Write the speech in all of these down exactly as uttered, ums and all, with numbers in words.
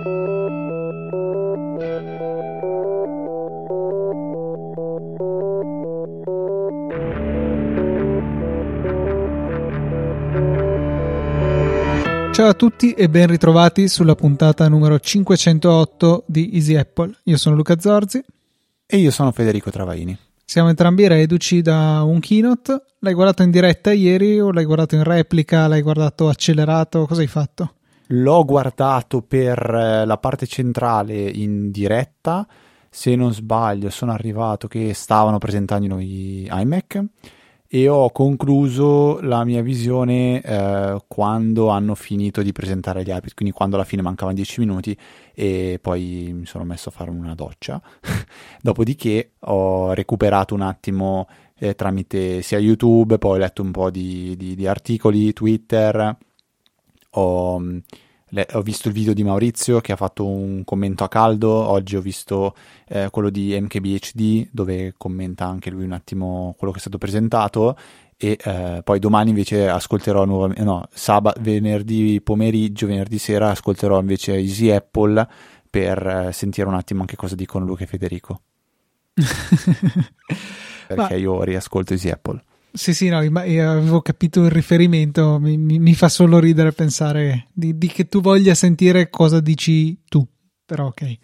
Ciao a tutti e ben ritrovati sulla puntata numero cinquecentootto di Easy Apple. Io sono Luca Zorzi. E io sono Federico Travaini. Siamo entrambi reduci da un keynote. L'hai guardato in diretta ieri o l'hai guardato in replica? L'hai guardato accelerato? Cosa hai fatto? L'ho guardato per la parte centrale in diretta. Se non sbaglio sono arrivato che stavano presentando i nuovi iMac e ho concluso la mia visione eh, quando hanno finito di presentare gli iPad, quindi quando alla fine mancavano dieci minuti e poi mi sono messo a fare una doccia. Dopodiché ho recuperato un attimo eh, tramite sia YouTube, poi ho letto un po' di, di, di articoli, Twitter, ho, le, ho visto il video di Maurizio che ha fatto un commento a caldo. Oggi ho visto eh, quello di M K B H D dove commenta anche lui un attimo quello che è stato presentato e eh, poi domani invece ascolterò nuovamente, no, sabato, venerdì pomeriggio, venerdì sera ascolterò invece Easy Apple per eh, sentire un attimo anche cosa dicono Luca e Federico. Perché Ma... io riascolto Easy Apple. Sì, sì, no, io avevo capito il riferimento, mi, mi, mi fa solo ridere pensare di, di che tu voglia sentire cosa dici tu, però ok.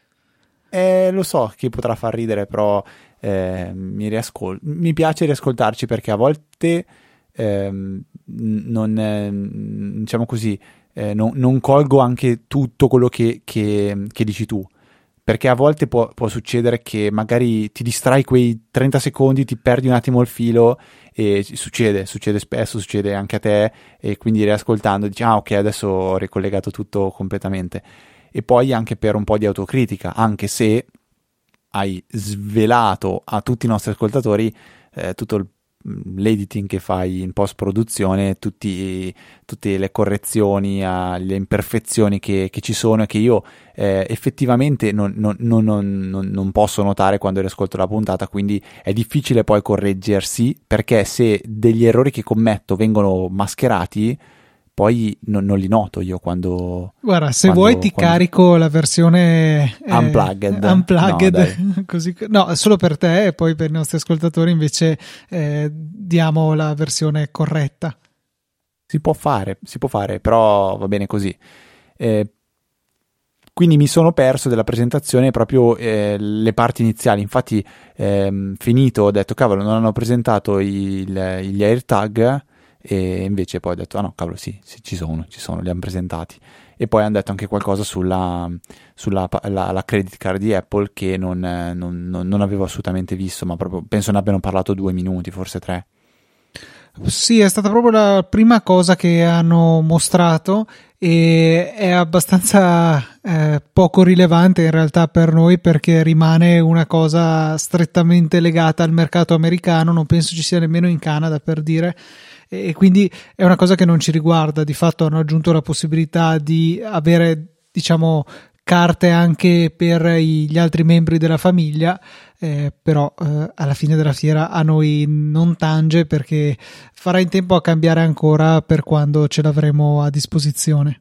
Eh, lo so che potrà far ridere, però eh, mi, riascol- mi piace riascoltarci perché a volte eh, non, eh, diciamo così, eh, non, non colgo anche tutto quello che, che, che dici tu. Perché a volte può, può succedere che magari ti distrai quei trenta secondi, ti perdi un attimo il filo e succede, succede spesso, succede anche a te e quindi riascoltando dici ah ok adesso ho ricollegato tutto completamente. E poi anche per un po' di autocritica, anche se hai svelato a tutti i nostri ascoltatori eh, tutto il l'editing che fai in post produzione, tutti, tutte le correzioni, le imperfezioni che, che ci sono e che io eh, effettivamente non, non, non, non, non posso notare quando riascolto la puntata, quindi è difficile poi correggersi, perché se degli errori che commetto vengono mascherati poi non, non li noto io quando... Guarda, se quando, vuoi ti quando... carico la versione eh, unplugged, unplugged no, così, no, solo per te e poi per i nostri ascoltatori invece eh, diamo la versione corretta. Si può fare, si può fare, però va bene così. Eh, quindi mi sono perso della presentazione proprio eh, le parti iniziali, infatti ehm, finito ho detto cavolo non hanno presentato il, gli AirTag e invece poi ho detto ah no cavolo sì, sì ci sono, ci sono, li hanno presentati e poi hanno detto anche qualcosa sulla, sulla la, la credit card di Apple che non, non, non, non avevo assolutamente visto, ma proprio penso ne abbiano parlato due minuti, forse tre. Sì, è stata proprio la prima cosa che hanno mostrato e è abbastanza eh, poco rilevante in realtà per noi perché rimane una cosa strettamente legata al mercato americano, non penso ci sia nemmeno in Canada per dire, e quindi è una cosa che non ci riguarda. Di fatto hanno aggiunto la possibilità di avere, diciamo, carte anche per gli altri membri della famiglia, eh, però eh, alla fine della fiera a noi non tange perché farà in tempo a cambiare ancora per quando ce l'avremo a disposizione.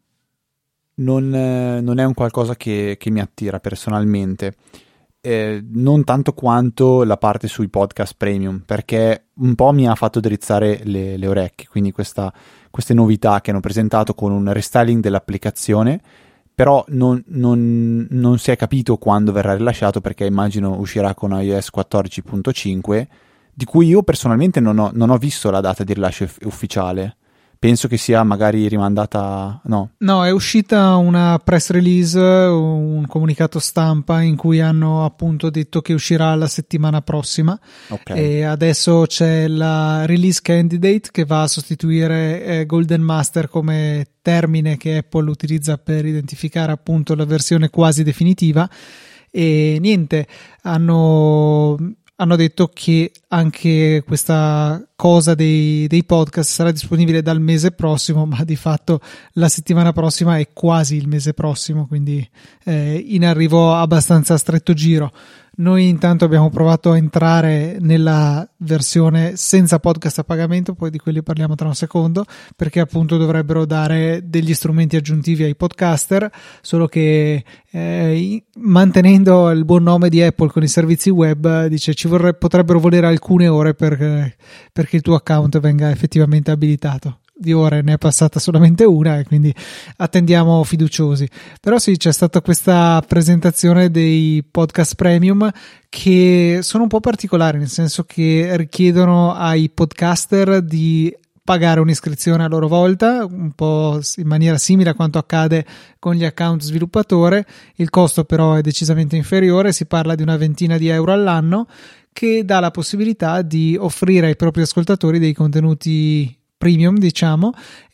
Non, eh, non è un qualcosa che, che mi attira personalmente. Eh, non tanto quanto la parte sui podcast premium, perché un po' mi ha fatto drizzare le, le orecchie, quindi questa, queste novità che hanno presentato con un restyling dell'applicazione, però non, non, non si è capito quando verrà rilasciato, perché immagino uscirà con iOS quattordici punto cinque, di cui io personalmente non ho, non ho visto la data di rilascio eff- ufficiale. Penso che sia magari rimandata, no? No, è uscita una press release, un comunicato stampa in cui hanno appunto detto che uscirà la settimana prossima. Okay. E adesso c'è la release candidate che va a sostituire eh, Golden Master come termine che Apple utilizza per identificare appunto la versione quasi definitiva. E niente, hanno... hanno detto che anche questa cosa dei, dei podcast sarà disponibile dal mese prossimo, ma di fatto la settimana prossima è quasi il mese prossimo, quindi eh, in arrivo abbastanza a stretto giro. Noi intanto abbiamo provato a entrare nella versione senza podcast a pagamento, poi di quelli parliamo tra un secondo, perché appunto dovrebbero dare degli strumenti aggiuntivi ai podcaster, solo che eh, mantenendo il buon nome di Apple con i servizi web, dice ci vorre- potrebbero volere alcune ore per, perché il tuo account venga effettivamente abilitato. Di ore ne è passata solamente una e quindi attendiamo fiduciosi. Però sì, c'è stata questa presentazione dei podcast premium che sono un po' particolari, nel senso che richiedono ai podcaster di pagare un'iscrizione a loro volta, un po' in maniera simile a quanto accade con gli account sviluppatore. Il costo però è decisamente inferiore, si parla di una ventina di euro all'anno, che dà la possibilità di offrire ai propri ascoltatori dei contenuti premium, diciamo,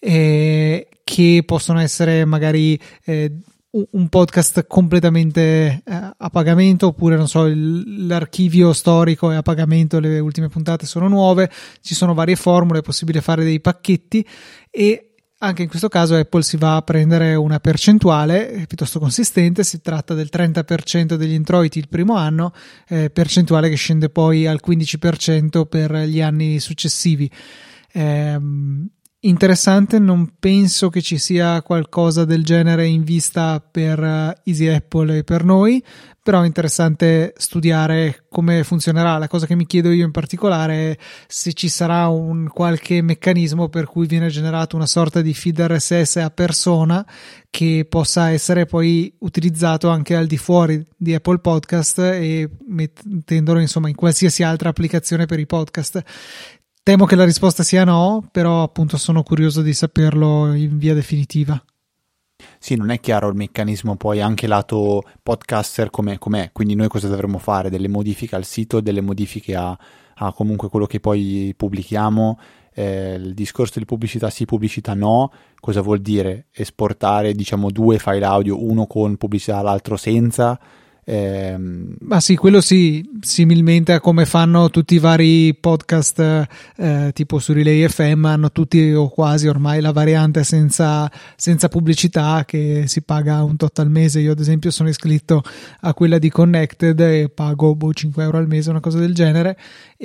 eh, che possono essere magari eh, un podcast completamente eh, a pagamento, oppure non so, il, l'archivio storico è a pagamento, le ultime puntate sono nuove, ci sono varie formule, è possibile fare dei pacchetti e anche in questo caso Apple si va a prendere una percentuale piuttosto consistente, si tratta del trenta per cento degli introiti il primo anno, eh, percentuale che scende poi al quindici per cento per gli anni successivi. Eh, interessante, non penso che ci sia qualcosa del genere in vista per uh, Easy Apple e per noi, però è interessante studiare come funzionerà. La cosa che mi chiedo io in particolare è se ci sarà un qualche meccanismo per cui viene generato una sorta di feed R S S a persona che possa essere poi utilizzato anche al di fuori di Apple Podcast e mettendolo insomma in qualsiasi altra applicazione per i podcast. Temo che la risposta sia no, però appunto sono curioso di saperlo in via definitiva. Sì, non è chiaro il meccanismo poi anche lato podcaster com'è, com'è. Quindi noi cosa dovremmo fare? Delle modifiche al sito, delle modifiche a, a comunque quello che poi pubblichiamo. Eh, il discorso di pubblicità sì, pubblicità no. Cosa vuol dire? Esportare diciamo due file audio, uno con pubblicità, l'altro senza? Eh, Ma sì, quello sì, similmente a come fanno tutti i vari podcast eh, tipo su Relay F M, hanno tutti o quasi ormai la variante senza, senza pubblicità che si paga un tot al mese. Io ad esempio sono iscritto a quella di Connected e pago boh, cinque euro al mese, una cosa del genere,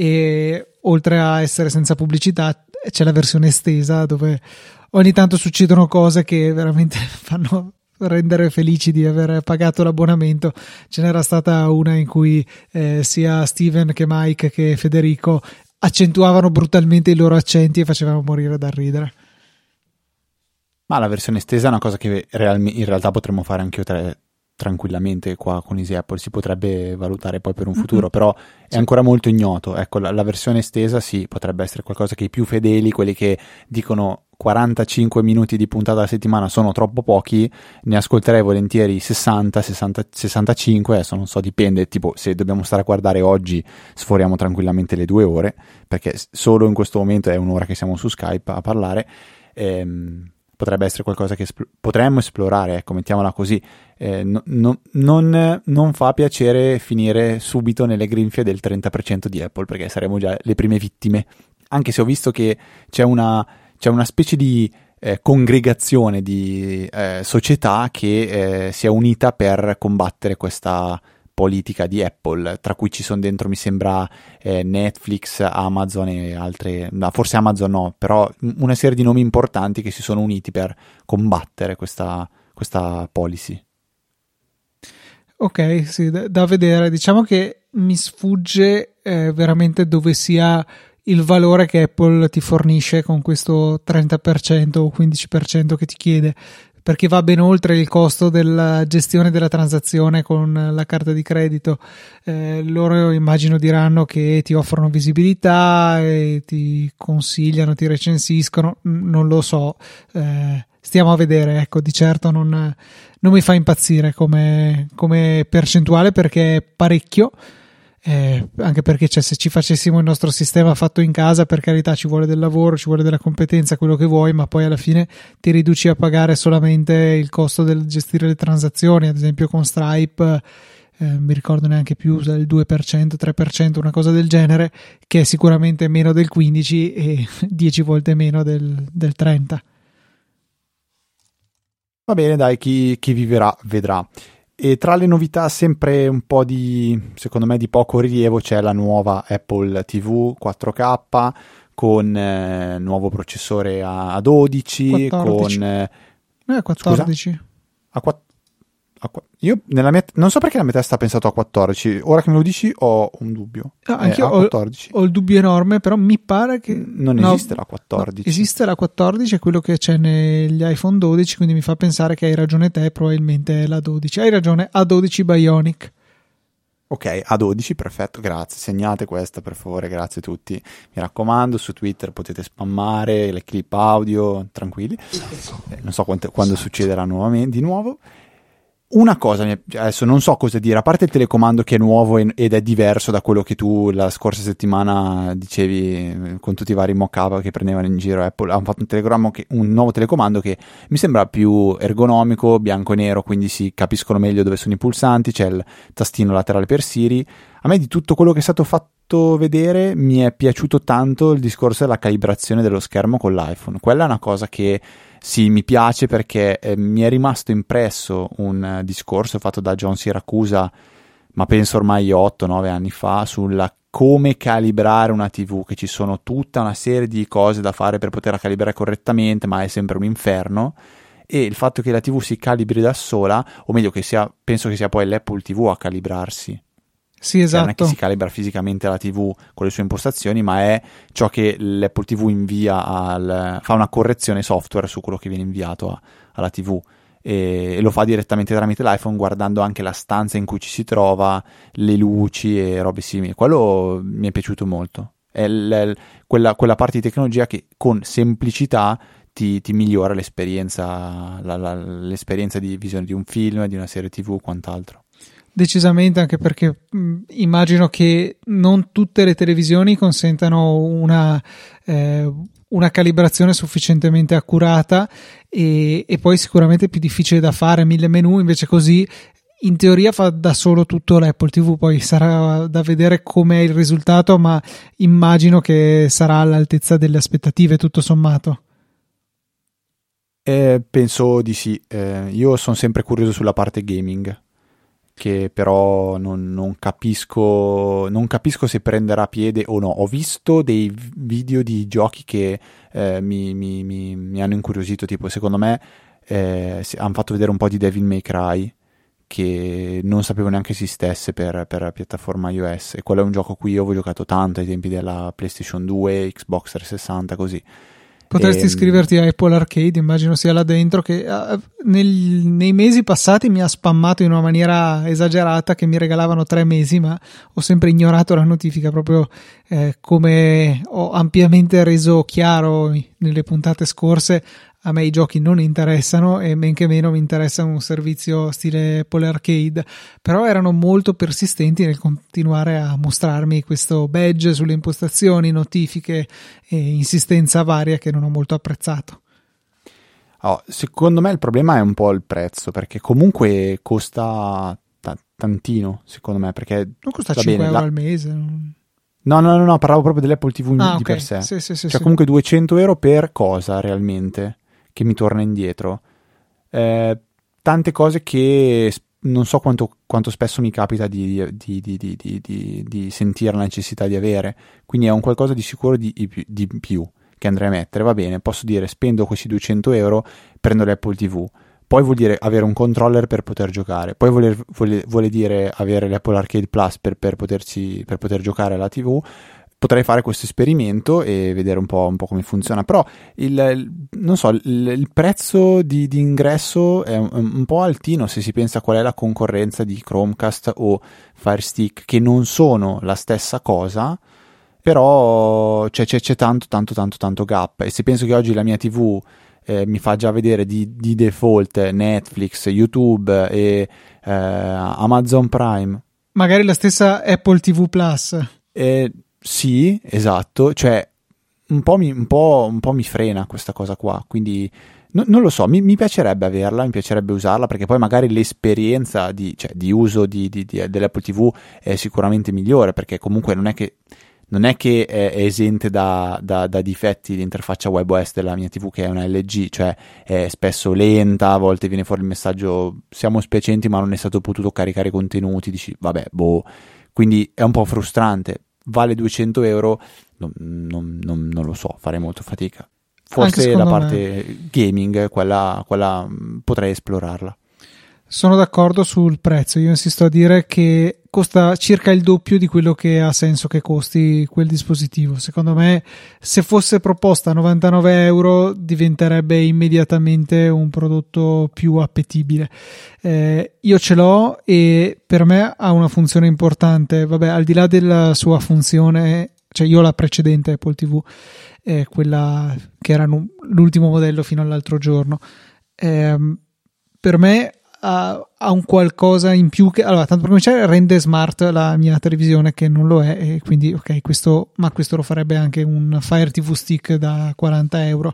e oltre a essere senza pubblicità c'è la versione estesa dove ogni tanto succedono cose che veramente fanno rendere felici di aver pagato l'abbonamento. Ce n'era stata una in cui eh, sia Steven che Mike che Federico accentuavano brutalmente i loro accenti e facevano morire dal ridere. Ma la versione estesa è una cosa che realme- in realtà potremmo fare anche tra- tranquillamente qua con Easy Apple, si potrebbe valutare poi per un futuro, mm-hmm. però è sì. ancora molto ignoto. Ecco, la, la versione estesa sì, potrebbe essere qualcosa che i più fedeli, quelli che dicono quarantacinque minuti di puntata alla settimana sono troppo pochi, ne ascolterei volentieri sessanta, sessanta, sessantacinque, adesso non so, dipende, tipo se dobbiamo stare a guardare oggi sforiamo tranquillamente le due ore, perché solo in questo momento è un'ora che siamo su Skype a parlare. ehm, potrebbe essere qualcosa che espl- potremmo esplorare, ecco, mettiamola così. Eh, no, no, non, non fa piacere finire subito nelle grinfie del trenta per cento di Apple, perché saremo già le prime vittime, anche se ho visto che c'è una, c'è una specie di eh, congregazione di eh, società che eh, si è unita per combattere questa politica di Apple, tra cui ci sono dentro mi sembra eh, Netflix, Amazon e altre, no, forse Amazon no, però una serie di nomi importanti che si sono uniti per combattere questa, questa policy. Ok, sì, da, da vedere. Diciamo che mi sfugge eh, veramente dove sia il valore che Apple ti fornisce con questo trenta per cento o quindici per cento che ti chiede, perché va ben oltre il costo della gestione della transazione con la carta di credito. Eh, loro immagino diranno che ti offrono visibilità e ti consigliano, ti recensiscono, non lo so, eh, stiamo a vedere. Ecco, di certo non, non mi fa impazzire come, come percentuale, perché è parecchio. Eh, anche perché cioè, se ci facessimo il nostro sistema fatto in casa, per carità, ci vuole del lavoro, ci vuole della competenza, quello che vuoi, ma poi alla fine ti riduci a pagare solamente il costo del gestire le transazioni. Ad esempio con Stripe eh, mi ricordo neanche più il due per cento, tre per cento, una cosa del genere, che è sicuramente meno del quindici e dieci volte meno del, del trenta. Va bene, dai, chi, chi vivrà vedrà. e tra le novità sempre un po' di, secondo me, di poco rilievo c'è la nuova Apple T V quattro K con eh, nuovo processore A dodici, quattordici. con eh, quattordici. Scusa? A quattro Io nella mia, non so perché la mia testa ha pensato a quattordici, ora che me lo dici ho un dubbio. No, eh, anch'io a ho, quattordici. ho il dubbio enorme, però mi pare che non no, esiste la quattordici. No, esiste la quattordici, è quello che c'è negli iPhone dodici, quindi mi fa pensare che hai ragione te, probabilmente è la dodici. Hai ragione, A dodici Bionic. Ok, A dodici, perfetto, grazie. Segnate questa per favore, grazie a tutti. Mi raccomando, su Twitter potete spammare le clip audio, tranquilli. Eh, non so quante, quando succederà nuovamente, di nuovo. Una cosa, adesso non so cosa dire, a parte il telecomando che è nuovo ed è diverso da quello che tu la scorsa settimana dicevi con tutti i vari mock-up che prendevano in giro Apple, hanno fatto un, telegramma che, un nuovo telecomando che mi sembra più ergonomico, bianco e nero, quindi si capiscono meglio dove sono i pulsanti, c'è il tastino laterale per Siri. A me di tutto quello che è stato fatto vedere mi è piaciuto tanto il discorso della calibrazione dello schermo con l'iPhone. Quella è una cosa che sì, mi piace perché eh, mi è rimasto impresso un uh, discorso fatto da John Siracusa, ma penso ormai otto nove anni fa, sulla come calibrare una tivù, che ci sono tutta una serie di cose da fare per poterla calibrare correttamente, ma è sempre un inferno. E il fatto che la tivù si calibri da sola, o meglio che sia, penso che sia poi l'Apple T V a calibrarsi. Sì, esatto. Cioè, non è che si calibra fisicamente la tivù con le sue impostazioni, ma è ciò che l'Apple T V invia al, fa una correzione software su quello che viene inviato a, alla tivù e, e lo fa direttamente tramite l'iPhone, guardando anche la stanza in cui ci si trova, le luci e robe simili. Quello mi è piaciuto molto. È l, quella, quella parte di tecnologia che con semplicità ti, ti migliora l'esperienza, la, la, l'esperienza di visione di un film, di una serie tivù o quant'altro. Decisamente, anche perché mh, immagino che non tutte le televisioni consentano una, eh, una calibrazione sufficientemente accurata e, e poi sicuramente è più difficile da fare, mille menu, invece così in teoria fa da solo tutto l'Apple T V, poi sarà da vedere com'è il risultato, ma immagino che sarà all'altezza delle aspettative tutto sommato. Eh, penso di sì, eh, io sono sempre curioso sulla parte gaming, che però non, non capisco non capisco se prenderà piede o no. Ho visto dei video di giochi che eh, mi, mi, mi, mi hanno incuriosito, tipo secondo me eh, hanno fatto vedere un po' di Devil May Cry che non sapevo neanche esistesse per, per la piattaforma iOS, e quello è un gioco a cui io avevo giocato tanto ai tempi della PlayStation due, Xbox trecentosessanta, così. Potresti E, iscriverti a Apple Arcade, immagino sia là dentro, che uh, nel, nei mesi passati mi ha spammato in una maniera esagerata, che mi regalavano tre mesi, ma ho sempre ignorato la notifica, proprio eh, come ho ampiamente reso chiaro nelle puntate scorse. A me i giochi non interessano e men che meno mi interessa un servizio stile Apple Arcade, però erano molto persistenti nel continuare a mostrarmi questo badge sulle impostazioni, notifiche e insistenza varia che non ho molto apprezzato. Oh, secondo me il problema è un po' il prezzo, perché comunque costa t- tantino, secondo me, perché non costa va cinque bene, euro la... al mese. Non... No, no, no, no, parlavo proprio dell'Apple T V ah, di okay. per sé. Sì, sì, sì, cioè sì. comunque duecento euro per cosa realmente? Che mi torna indietro. Eh, tante cose che non so quanto, quanto spesso mi capita di, di, di, di, di, di, di sentire la necessità di avere, quindi è un qualcosa di sicuro di, di più che andrei a mettere. Va bene, posso dire spendo questi duecento euro, prendo l'Apple T V, poi vuol dire avere un controller per poter giocare, poi vuole, vuole, vuole dire avere l'Apple Arcade Plus per, per, poterci, per poter giocare alla T V. Potrei fare questo esperimento e vedere un po', un po' come funziona, però il, il, non so, il, il prezzo di, di ingresso è un, un po' altino se si pensa qual è la concorrenza di Chromecast o Fire Stick, che non sono la stessa cosa, però c'è, c'è, c'è tanto tanto tanto tanto gap. E se penso che oggi la mia tivù eh, mi fa già vedere di, di default Netflix, YouTube e eh, Amazon Prime, magari la stessa Apple T V Plus, eh, sì, esatto, cioè un po' mi, un po', un po' mi frena questa cosa qua, quindi no, non lo so, mi, mi piacerebbe averla, mi piacerebbe usarla, perché poi magari l'esperienza di, cioè, di uso di, di, di, dell'Apple T V è sicuramente migliore, perché comunque non è che non è che è, è esente da, da, da difetti l'interfaccia WebOS della mia tivù, che è una L G, cioè è spesso lenta, a volte viene fuori il messaggio siamo spiacenti ma non è stato potuto caricare contenuti, dici vabbè boh, quindi è un po' frustrante. Vale duecento euro? Non, non, non, non lo so, farei molto fatica. Forse la parte me. gaming, quella, quella potrei esplorarla. Sono d'accordo sul prezzo, io insisto a dire che costa circa il doppio di quello che ha senso che costi quel dispositivo. Secondo me, se fosse proposta a novantanove euro, diventerebbe immediatamente un prodotto più appetibile. Eh, io ce l'ho e per me ha una funzione importante. Vabbè, al di là della sua funzione, cioè io ho la precedente Apple tivù, eh, quella che era l'ultimo modello fino all'altro giorno. Eh, per me ha un qualcosa in più che, allora, tanto per cominciare, rende smart la mia televisione, che non lo è, e quindi ok, questo, ma questo lo farebbe anche un Fire tivù Stick da quaranta euro.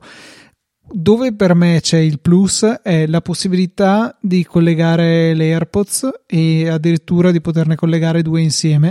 Dove per me c'è il plus è la possibilità di collegare le AirPods e addirittura di poterne collegare due insieme,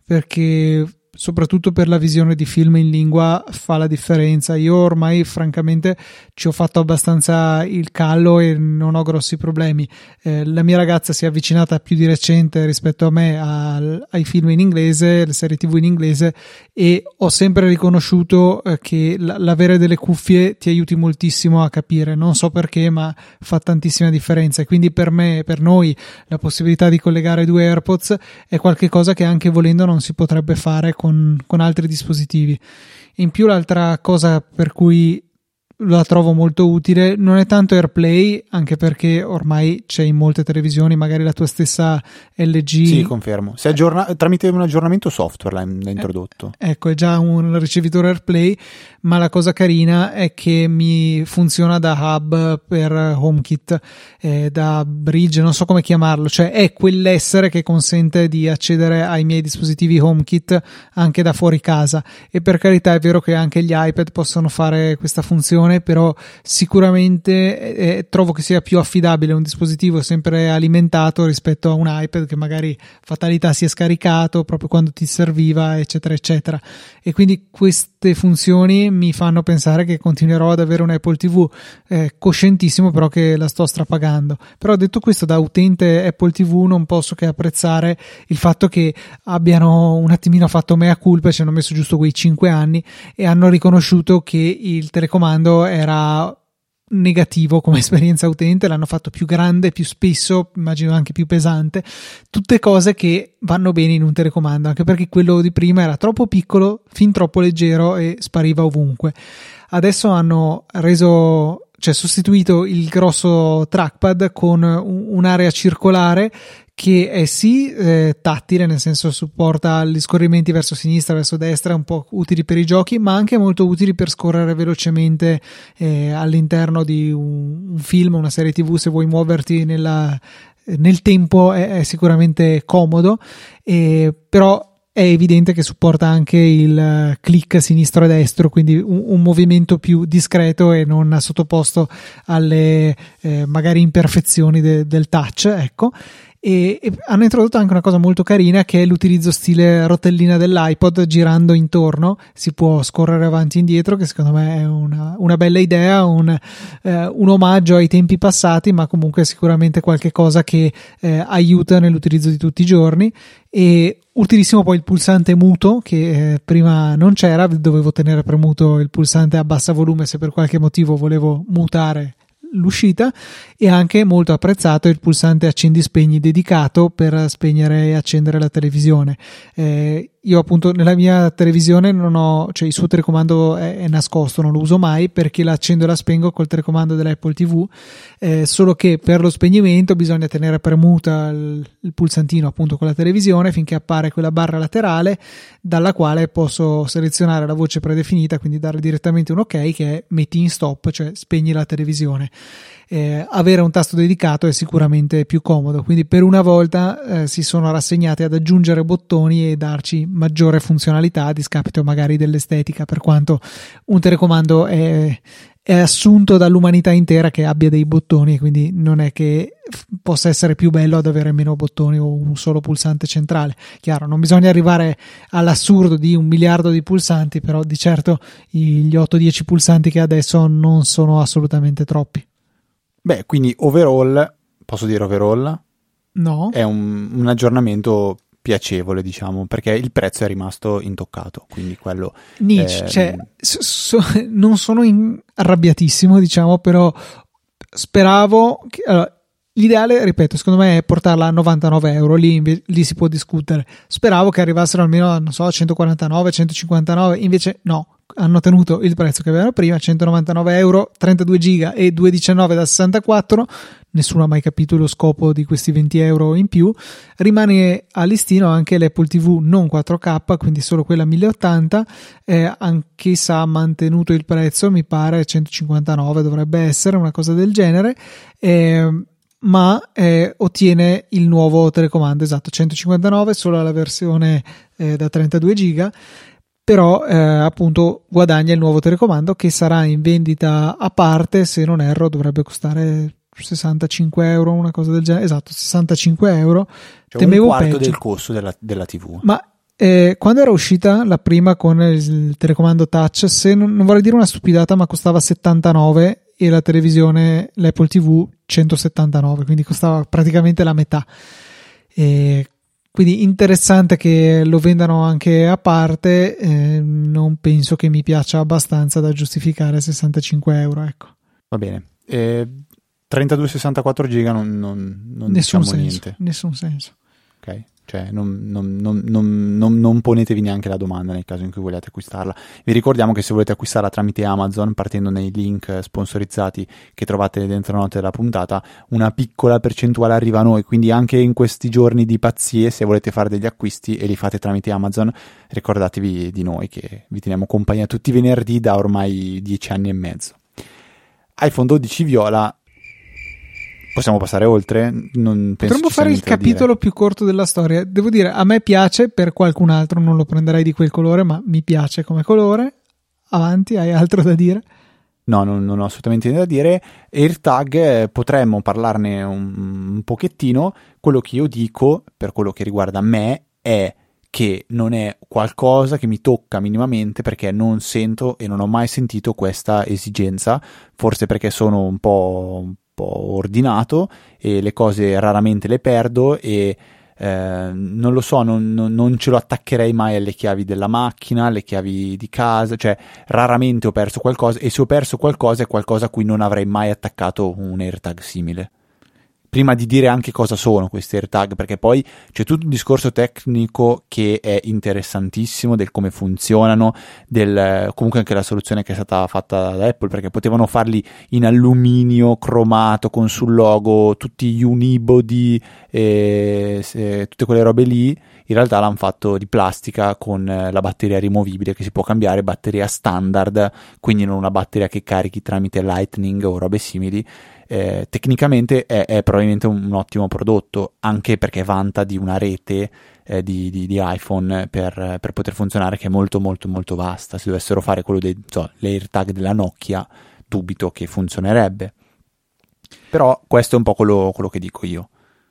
perché soprattutto per la visione di film in lingua fa la differenza. Io ormai francamente ci ho fatto abbastanza il callo e non ho grossi problemi. Eh, la mia ragazza si è avvicinata più di recente rispetto a me al, ai film in inglese, le serie tivù in inglese, e ho sempre riconosciuto eh, che l- l'avere delle cuffie ti aiuti moltissimo a capire, non so perché, ma fa tantissima differenza. E quindi per me, per noi, la possibilità di collegare due AirPods è qualcosa che anche volendo non si potrebbe fare con, con altri dispositivi. In più, l'altra cosa per cui la trovo molto utile non è tanto AirPlay, anche perché ormai c'è in molte televisioni, magari la tua stessa L G. Sì, confermo. Si aggiorna tramite un aggiornamento software, l'ha, l'ha introdotto. Eh, ecco, è già un ricevitore AirPlay, ma la cosa carina è che mi funziona da hub per HomeKit, eh, da bridge, non so come chiamarlo, cioè è quell'essere che consente di accedere ai miei dispositivi HomeKit anche da fuori casa. E per carità è vero che anche gli iPad possono fare questa funzione, però sicuramente eh, trovo che sia più affidabile un dispositivo sempre alimentato rispetto a un iPad che magari fatalità si è scaricato proprio quando ti serviva, eccetera eccetera. E quindi queste funzioni mi fanno pensare che continuerò ad avere un Apple tivù, eh, coscientissimo però che la sto strapagando. Però detto questo, da utente Apple tivù non posso che apprezzare il fatto che abbiano un attimino fatto mea culpa, ci hanno messo giusto quei cinque anni e hanno riconosciuto che il telecomando era negativo come esperienza utente, l'hanno fatto più grande, più spesso, immagino anche più pesante, tutte cose che vanno bene in un telecomando, anche perché quello di prima era troppo piccolo, fin troppo leggero e spariva ovunque. Adesso hanno reso, cioè sostituito il grosso trackpad con un'area circolare che è sì eh, tattile, nel senso supporta gli scorrimenti verso sinistra, verso destra, un po' utili per i giochi, ma anche molto utili per scorrere velocemente eh, all'interno di un, un film, una serie tivù. Se vuoi muoverti nella, nel tempo è, è sicuramente comodo, eh, però è evidente che supporta anche il click sinistro e destro, quindi un, un movimento più discreto e non sottoposto alle eh, magari imperfezioni de, del touch, ecco. E, e hanno introdotto anche una cosa molto carina, che è l'utilizzo stile rotellina dell'iPod, girando intorno si può scorrere avanti e indietro, che secondo me è una, una bella idea, un, eh, un omaggio ai tempi passati, ma comunque sicuramente qualche cosa che eh, aiuta nell'utilizzo di tutti i giorni. E utilissimo poi il pulsante muto, che eh, prima non c'era, dovevo tenere premuto il pulsante a bassa volume se per qualche motivo volevo mutare l'uscita, e anche molto apprezzato il pulsante accendi spegni dedicato per spegnere e accendere la televisione. Eh, io appunto nella mia televisione non ho, cioè il suo telecomando è, è nascosto, non lo uso mai perché la accendo e la spengo col telecomando dell'Apple tivù, eh, solo che per lo spegnimento bisogna tenere premuta il, il pulsantino appunto con la televisione finché appare quella barra laterale dalla quale posso selezionare la voce predefinita, quindi dare direttamente un ok che è metti in stop, cioè spegni la televisione. Eh, avere un tasto dedicato è sicuramente più comodo, quindi per una volta eh, si sono rassegnati ad aggiungere bottoni e darci maggiore funzionalità a discapito magari dell'estetica, per quanto un telecomando è, è assunto dall'umanità intera che abbia dei bottoni, quindi non è che possa essere più bello ad avere meno bottoni o un solo pulsante centrale. Chiaro, non bisogna arrivare all'assurdo di un miliardo di pulsanti, però di certo gli otto dieci pulsanti che adesso non sono assolutamente troppi. Beh, quindi overall, posso dire overall? No. È un, un aggiornamento piacevole, diciamo, perché il prezzo è rimasto intoccato, quindi quello Nietzsche, è... cioè, so, non sono in, arrabbiatissimo, diciamo, però speravo che, allora, l'ideale, ripeto, secondo me è portarla a novantanove euro, lì, lì si può discutere. Speravo che arrivassero almeno a, non so, centoquarantanove, centocinquantanove, invece no, hanno tenuto il prezzo che avevano prima, centonovantanove euro, trentadue giga e duecentodiciannove da sessantaquattro. Nessuno ha mai capito lo scopo di questi venti euro in più. Rimane a listino anche l'Apple tivù non quattro K, quindi solo quella mille ottanta, eh, anch'essa ha mantenuto il prezzo, mi pare centocinquantanove dovrebbe essere, una cosa del genere, eh, ma eh, ottiene il nuovo telecomando, esatto, centocinquantanove, solo la versione eh, da trentadue giga, però eh, appunto guadagna il nuovo telecomando che sarà in vendita a parte, se non erro dovrebbe costare sessantacinque euro, una cosa del genere, esatto, sessantacinque euro, cioè temevo un quarto peggio del costo della, della tivù. Ma eh, quando era uscita la prima con il telecomando touch, se non, non vorrei dire una stupidata, ma costava settantanove e la televisione, l'Apple tivù centosettantanove, quindi costava praticamente la metà. E quindi interessante che lo vendano anche a parte, eh, non penso che mi piaccia abbastanza da giustificare sessantacinque euro, ecco. Va bene. Eh, trentadue sessantaquattro giga non, non, non nessun diciamo senso, niente. Nessun senso. Ok, cioè non, non, non, non, non, non ponetevi neanche la domanda nel caso in cui vogliate acquistarla. Vi ricordiamo che se volete acquistarla tramite Amazon, partendo nei link sponsorizzati che trovate dentro la nota della puntata, una piccola percentuale arriva a noi, quindi anche in questi giorni di pazzie, se volete fare degli acquisti e li fate tramite Amazon, ricordatevi di noi che vi teniamo compagnia tutti i venerdì da ormai dieci anni e mezzo. iPhone dodici viola. Possiamo passare oltre? Non penso Potremmo fare il capitolo più corto della storia. Devo dire, a me piace, per qualcun altro non lo prenderei di quel colore, ma mi piace come colore. Avanti, hai altro da dire? No, non, non ho assolutamente niente da dire. AirTag, eh, potremmo parlarne un, un pochettino. Quello che io dico, per quello che riguarda me, è che non è qualcosa che mi tocca minimamente, perché non sento e non ho mai sentito questa esigenza, forse perché sono un po'... un po' ordinato e le cose raramente le perdo e eh, non lo so, non, non, non ce lo attaccherei mai alle chiavi della macchina, alle chiavi di casa, cioè raramente ho perso qualcosa, e se ho perso qualcosa è qualcosa a cui non avrei mai attaccato un AirTag simile. Prima di dire anche cosa sono questi AirTag, perché poi c'è tutto un discorso tecnico che è interessantissimo, del come funzionano, del comunque anche la soluzione che è stata fatta da Apple, perché potevano farli in alluminio cromato con sul logo tutti gli unibody e, e tutte quelle robe lì. In realtà l'hanno fatto di plastica con la batteria rimovibile che si può cambiare, batteria standard, quindi non una batteria che carichi tramite Lightning o robe simili. Eh, tecnicamente è, è probabilmente un, un ottimo prodotto, anche perché vanta di una rete eh, di, di, di iPhone per, per poter funzionare, che è molto molto molto vasta. Se dovessero fare quello dei so, l'AirTag della Nokia, dubito che funzionerebbe, però questo è un po' quello, quello che dico io.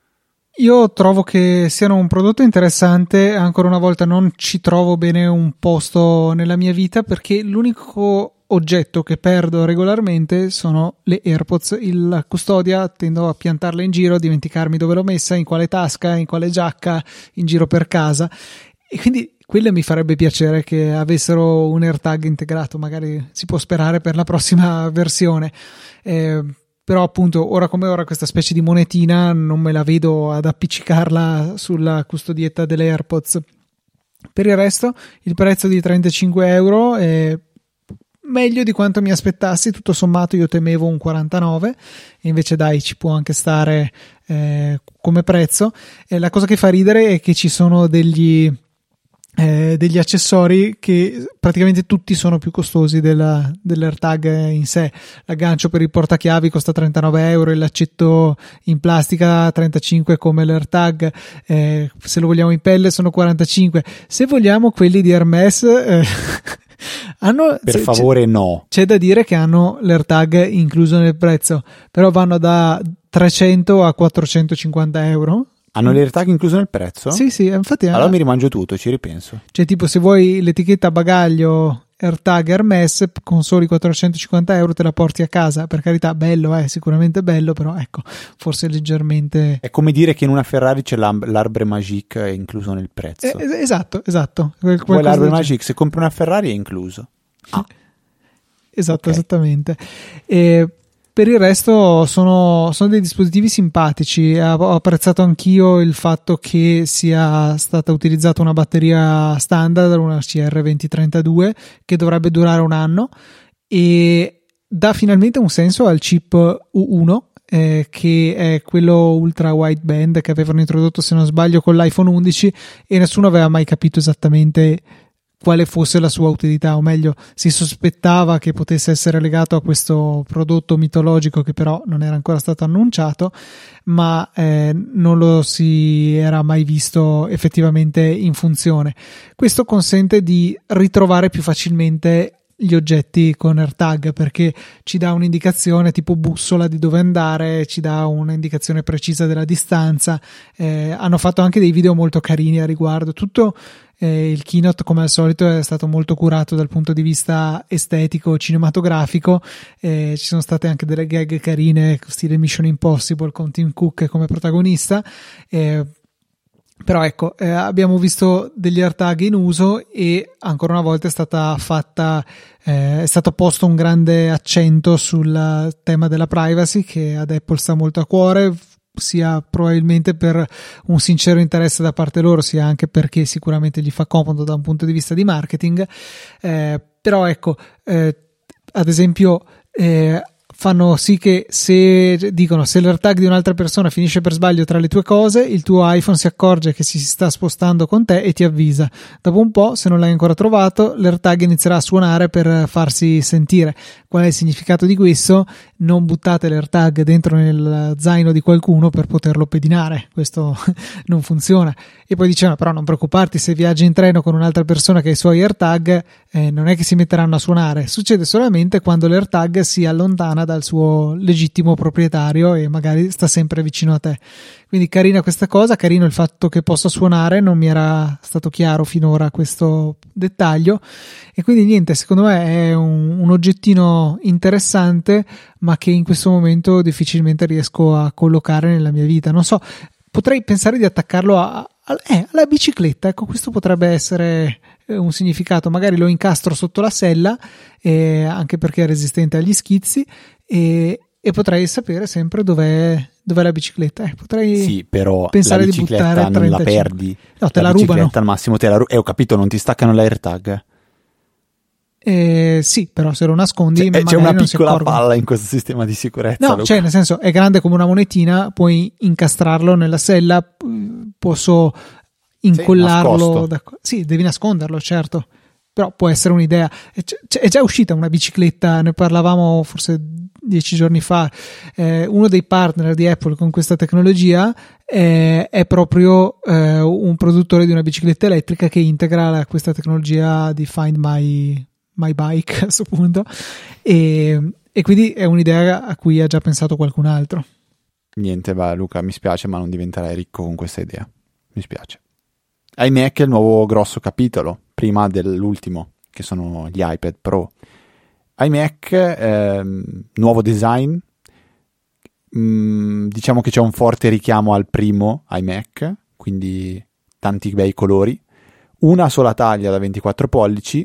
Io trovo che siano un prodotto interessante. Ancora una volta non ci trovo bene un posto nella mia vita, perché l'unico oggetto che perdo regolarmente sono le AirPods. La custodia tendo a piantarla in giro, a dimenticarmi dove l'ho messa, in quale tasca, in quale giacca, in giro per casa, e quindi quello mi farebbe piacere che avessero un AirTag integrato. Magari si può sperare per la prossima versione, eh, però appunto ora come ora questa specie di monetina non me la vedo ad appiccicarla sulla custodietta delle AirPods. Per il resto il prezzo di trentacinque euro è meglio di quanto mi aspettassi. Tutto sommato io temevo un quarantanove, e invece dai, ci può anche stare eh, come prezzo. E la cosa che fa ridere è che ci sono degli eh, degli accessori che praticamente tutti sono più costosi della, dell'AirTag in sé. L'aggancio per il portachiavi costa trentanove euro, e l'accetto in plastica trentacinque come l'AirTag, eh, se lo vogliamo in pelle sono quarantacinque. Se vogliamo quelli di Hermès eh, hanno, per c'è, favore no. C'è da dire che hanno l'AirTag incluso nel prezzo, però vanno da trecento a quattrocentocinquanta euro. Hanno l'AirTag incluso nel prezzo? Sì, sì, infatti. Allora mi rimangio tutto, ci ripenso. Cioè, tipo, se vuoi l'etichetta bagaglio AirTag Hermes con soli quattrocentocinquanta euro te la porti a casa. Per carità, bello, è eh, sicuramente bello, però ecco, forse leggermente. È come dire che in una Ferrari c'è l'Arbre Magique incluso nel prezzo. Eh, esatto, esatto. Quel, Poi l'Arbre Magique, se compri una Ferrari è incluso. Ah. Esatto, Okay. Esattamente. E per il resto sono, sono dei dispositivi simpatici. Ho apprezzato anch'io il fatto che sia stata utilizzata una batteria standard, una C R venti trentadue, che dovrebbe durare un anno e dà finalmente un senso al chip U uno, eh, che è quello ultra wideband che avevano introdotto, se non sbaglio, con l'iPhone undici, e nessuno aveva mai capito esattamente quale fosse la sua utilità, o meglio, si sospettava che potesse essere legato a questo prodotto mitologico che però non era ancora stato annunciato, ma eh, non lo si era mai visto effettivamente in funzione. Questo consente di ritrovare più facilmente gli oggetti con AirTag, perché ci dà un'indicazione tipo bussola di dove andare, ci dà un'indicazione precisa della distanza. Eh, hanno fatto anche dei video molto carini a riguardo. Tutto eh, il keynote, come al solito, è stato molto curato dal punto di vista estetico, cinematografico. Eh, ci sono state anche delle gag carine stile Mission Impossible con Tim Cook come protagonista. Eh, Però ecco, eh, abbiamo visto degli AirTag in uso e ancora una volta è stata fatta, eh, è stato posto un grande accento sul tema della privacy, che ad Apple sta molto a cuore, sia probabilmente per un sincero interesse da parte loro, sia anche perché sicuramente gli fa comodo da un punto di vista di marketing. Eh, però ecco, eh, ad esempio, eh, fanno sì che se dicono se l'AirTag di un'altra persona finisce per sbaglio tra le tue cose, il tuo iPhone si accorge che si sta spostando con te e ti avvisa. Dopo un po', se non l'hai ancora trovato, l'AirTag inizierà a suonare per farsi sentire. Qual è il significato di questo? Non buttate l'AirTag dentro nel zaino di qualcuno per poterlo pedinare, questo non funziona. E poi dicevano, però non preoccuparti, se viaggi in treno con un'altra persona che ha i suoi AirTag, eh, non è che si metteranno a suonare, succede solamente quando l'AirTag si allontana dal suo legittimo proprietario e magari sta sempre vicino a te. Quindi carina questa cosa, carino il fatto che possa suonare, non mi era stato chiaro finora questo dettaglio, e quindi niente, secondo me è un, un oggettino interessante, ma che in questo momento difficilmente riesco a collocare nella mia vita. Non so, potrei pensare di attaccarlo a, a, eh, alla bicicletta, ecco, questo potrebbe essere un significato. Magari lo incastro sotto la sella, eh, anche perché è resistente agli schizzi, e, e potrei sapere sempre dov'è, dov'è la bicicletta. Eh, potrei sì, però pensare la di buttare bicicletta non la trentacinque. perdi. No, te la, la rubano. Al massimo te la ru- eh, ho capito, non ti staccano l'AirTag. Eh, sì, però se lo nascondi, C'è, c'è una piccola palla palla in questo sistema di sicurezza. No, Luca. cioè, nel senso, è grande come una monetina, puoi incastrarlo nella sella, posso incollarlo. Sì, da, sì, devi nasconderlo, certo. Però può essere un'idea. È già uscita una bicicletta, ne parlavamo forse dieci giorni fa. Eh, uno dei partner di Apple con questa tecnologia è, è proprio eh, un produttore di una bicicletta elettrica che integra questa tecnologia di Find My, My Bike, a questo punto. E, e quindi è un'idea a cui ha già pensato qualcun altro. Niente, va Luca, mi spiace, ma non diventerai ricco con questa idea. Mi spiace. iMac è il nuovo grosso capitolo, prima dell'ultimo, che sono gli iPad Pro. iMac, ehm, nuovo design, mm, diciamo che c'è un forte richiamo al primo iMac, quindi tanti bei colori, una sola taglia da ventiquattro pollici,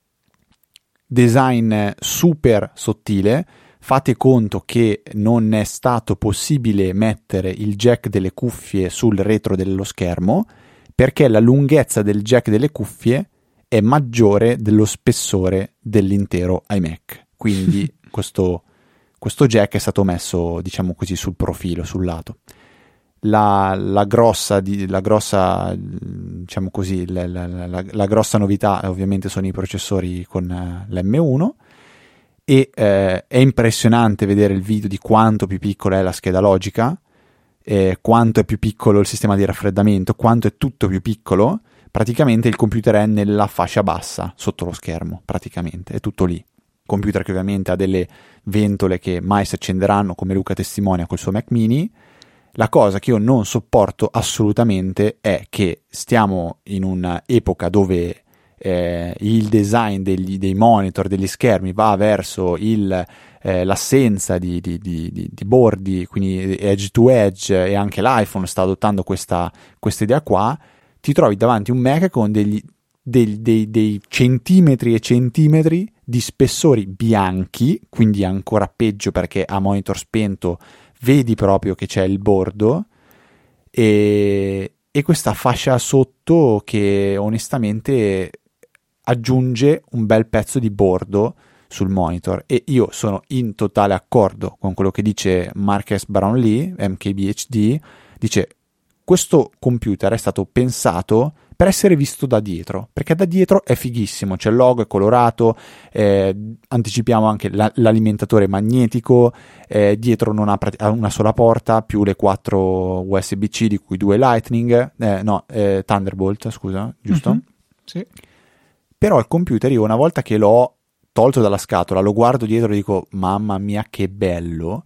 design super sottile. Fate conto che non è stato possibile mettere il jack delle cuffie sul retro dello schermo, perché la lunghezza del jack delle cuffie è maggiore dello spessore dell'intero iMac. Quindi questo, questo jack è stato messo, diciamo così, sul profilo, sul lato. La, la grossa, di, la grossa, diciamo così, la, la, la, la grossa novità ovviamente sono i processori con uh, l'emme uno, e eh, è impressionante vedere il video di quanto più piccola è la scheda logica, eh, quanto è più piccolo il sistema di raffreddamento, quanto è tutto più piccolo, praticamente il computer è nella fascia bassa sotto lo schermo, praticamente è tutto lì. Computer che ovviamente ha delle ventole che mai si accenderanno, come Luca testimonia col suo Mac mini. La cosa che io non sopporto assolutamente è che stiamo in un'epoca dove eh, il design degli, dei monitor, degli schermi va verso il, eh, l'assenza di, di, di, di bordi, quindi edge to edge, e anche l'iPhone sta adottando questa, questa idea qua. Ti trovi davanti un Mac con degli, dei, dei, dei centimetri e centimetri di spessori bianchi, quindi ancora peggio perché a monitor spento vedi proprio che c'è il bordo, e, e questa fascia sotto che onestamente aggiunge un bel pezzo di bordo sul monitor. E io sono in totale accordo con quello che dice Marques Brownlee, M K B H D. Dice: questo computer è stato pensato per essere visto da dietro, perché da dietro è fighissimo, c'è il logo, è colorato, eh, anticipiamo anche la, l'alimentatore magnetico, eh, dietro non ha, prat- ha una sola porta, più le quattro U S B C di cui due Lightning, eh, no, eh, Thunderbolt, scusa, giusto? Mm-hmm. Sì. Però il computer, io una volta che l'ho tolto dalla scatola, lo guardo dietro e dico: mamma mia che bello,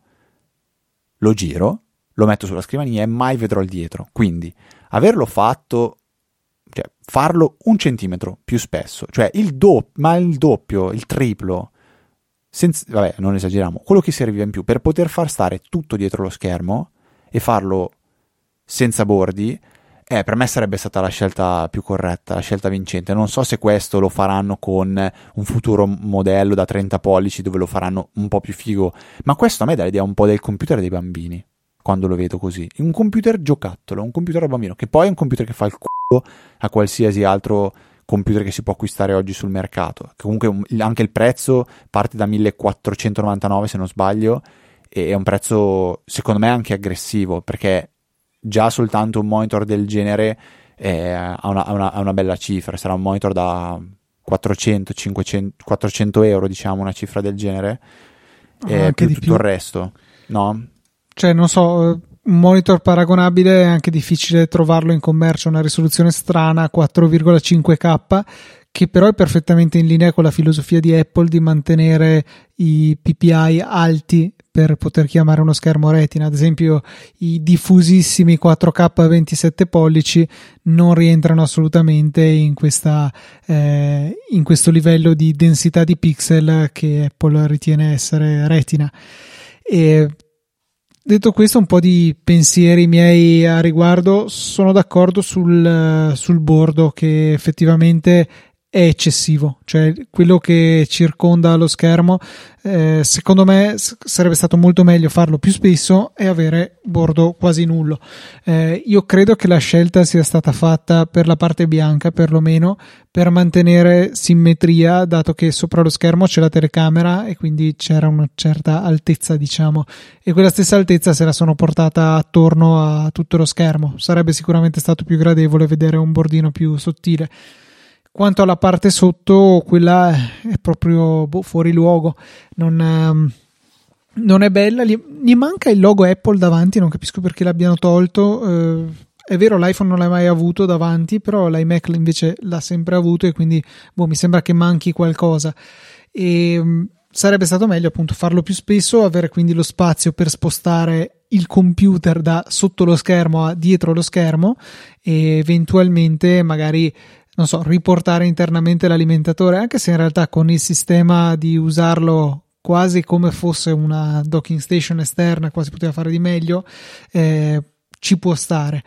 lo giro, lo metto sulla scrivania e mai vedrò il dietro. Quindi averlo fatto, cioè farlo un centimetro più spesso, cioè il doppio, ma il doppio, il triplo, senza, vabbè, non esageriamo, quello che serviva in più per poter far stare tutto dietro lo schermo e farlo senza bordi, eh, per me sarebbe stata la scelta più corretta, la scelta vincente. Non so se questo lo faranno con un futuro modello da trenta pollici dove lo faranno un po' più figo, ma questo a me dà l'idea un po' del computer dei bambini quando lo vedo così, un computer giocattolo, un computer da bambino, che poi è un computer che fa il culo a qualsiasi altro computer che si può acquistare oggi sul mercato. Comunque anche il prezzo parte da millequattrocentonovantanove se non sbaglio, e è un prezzo secondo me anche aggressivo, perché già soltanto un monitor del genere eh, ha, una, ha, una, ha una bella cifra, sarà un monitor da quattrocento cinquecento quattrocento euro, diciamo, una cifra del genere, ah, e anche più di tutto più. Il resto, no? Cioè, non so, un monitor paragonabile è anche difficile trovarlo in commercio, una risoluzione strana, quattro virgola cinque K, che però è perfettamente in linea con la filosofia di Apple di mantenere i P P I alti per poter chiamare uno schermo retina. Ad esempio, i diffusissimi quattro K ventisette pollici non rientrano assolutamente in questa eh, in questo livello di densità di pixel che Apple ritiene essere retina. E detto questo, un po' di pensieri miei a riguardo. Sono d'accordo sul, sul bordo, che effettivamente è eccessivo, cioè quello che circonda lo schermo, eh, secondo me s- sarebbe stato molto meglio farlo più spesso e avere bordo quasi nullo. Eh, io credo che la scelta sia stata fatta per la parte bianca, perlomeno per mantenere simmetria, dato che sopra lo schermo c'è la telecamera e quindi c'era una certa altezza, diciamo, e quella stessa altezza se la sono portata attorno a tutto lo schermo. Sarebbe sicuramente stato più gradevole vedere un bordino più sottile. Quanto alla parte sotto, quella è proprio boh, fuori luogo, non, um, non è bella, gli, gli manca il logo Apple davanti, non capisco perché l'abbiano tolto. Uh, è vero, l'iPhone non l'ha mai avuto davanti, però l'iMac invece l'ha sempre avuto, e quindi boh, mi sembra che manchi qualcosa. E um, sarebbe stato meglio appunto farlo più spesso, avere quindi lo spazio per spostare il computer da sotto lo schermo a dietro lo schermo, e eventualmente magari, non so, riportare internamente l'alimentatore, anche se in realtà con il sistema di usarlo quasi come fosse una docking station esterna, quasi poteva fare di meglio, eh, ci può stare.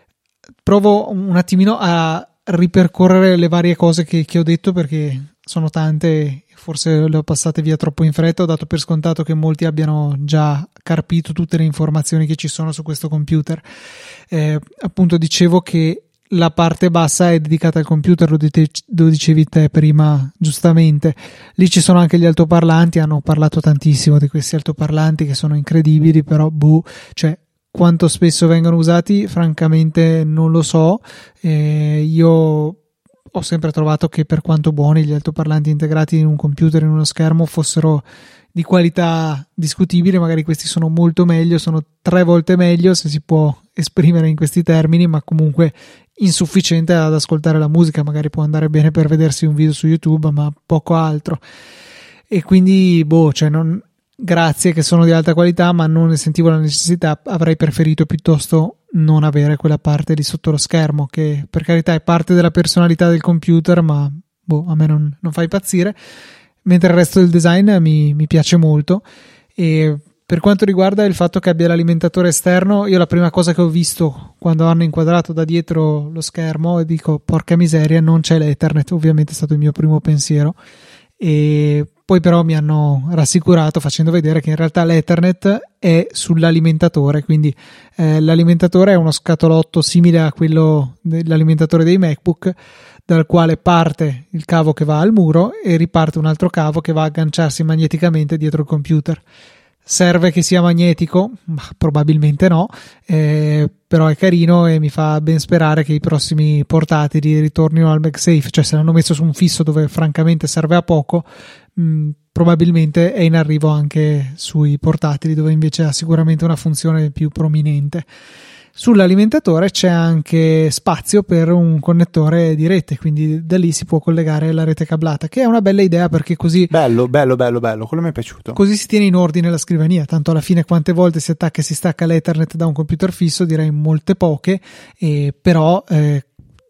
Provo un attimino a ripercorrere le varie cose che, che ho detto, perché sono tante, forse le ho passate via troppo in fretta. Ho dato per scontato che molti abbiano già carpito tutte le informazioni che ci sono su questo computer. Eh, appunto dicevo che la parte bassa è dedicata al computer, lo, dite, lo dicevi te prima giustamente. Lì ci sono anche gli altoparlanti, hanno parlato tantissimo di questi altoparlanti che sono incredibili, però boh, cioè quanto spesso vengono usati francamente non lo so. Eh, io ho sempre trovato che, per quanto buoni gli altoparlanti integrati in un computer, in uno schermo, fossero di qualità discutibile, magari questi sono molto meglio, sono tre volte meglio se si può esprimere in questi termini, ma comunque insufficiente ad ascoltare la musica. Magari può andare bene per vedersi un video su YouTube, ma poco altro. E quindi boh, cioè non, grazie che sono di alta qualità, ma non ne sentivo la necessità. Avrei preferito piuttosto non avere quella parte lì sotto lo schermo, che per carità è parte della personalità del computer, ma boh, a me non, non fa impazzire, mentre il resto del design mi, mi piace molto. E per quanto riguarda il fatto che abbia l'alimentatore esterno, io la prima cosa che ho visto quando hanno inquadrato da dietro lo schermo, e dico porca miseria, non c'è l'Ethernet. Ovviamente è stato il mio primo pensiero, e poi però mi hanno rassicurato facendo vedere che in realtà l'Ethernet è sull'alimentatore, quindi eh, l'alimentatore è uno scatolotto simile a quello dell'alimentatore dei MacBook, dal quale parte il cavo che va al muro e riparte un altro cavo che va a agganciarsi magneticamente dietro il computer. Serve che sia magnetico? Ma probabilmente no, eh, però è carino e mi fa ben sperare che i prossimi portatili ritornino al MagSafe. Cioè, se l'hanno messo su un fisso dove francamente serve a poco, mh, probabilmente è in arrivo anche sui portatili, dove invece ha sicuramente una funzione più prominente. Sull'alimentatore c'è anche spazio per un connettore di rete, quindi da lì si può collegare la rete cablata, che è una bella idea, perché così bello, bello, bello, bello, quello mi è piaciuto. Così si tiene in ordine la scrivania, tanto alla fine quante volte si attacca e si stacca l'Ethernet da un computer fisso? Direi molte poche, eh, però eh,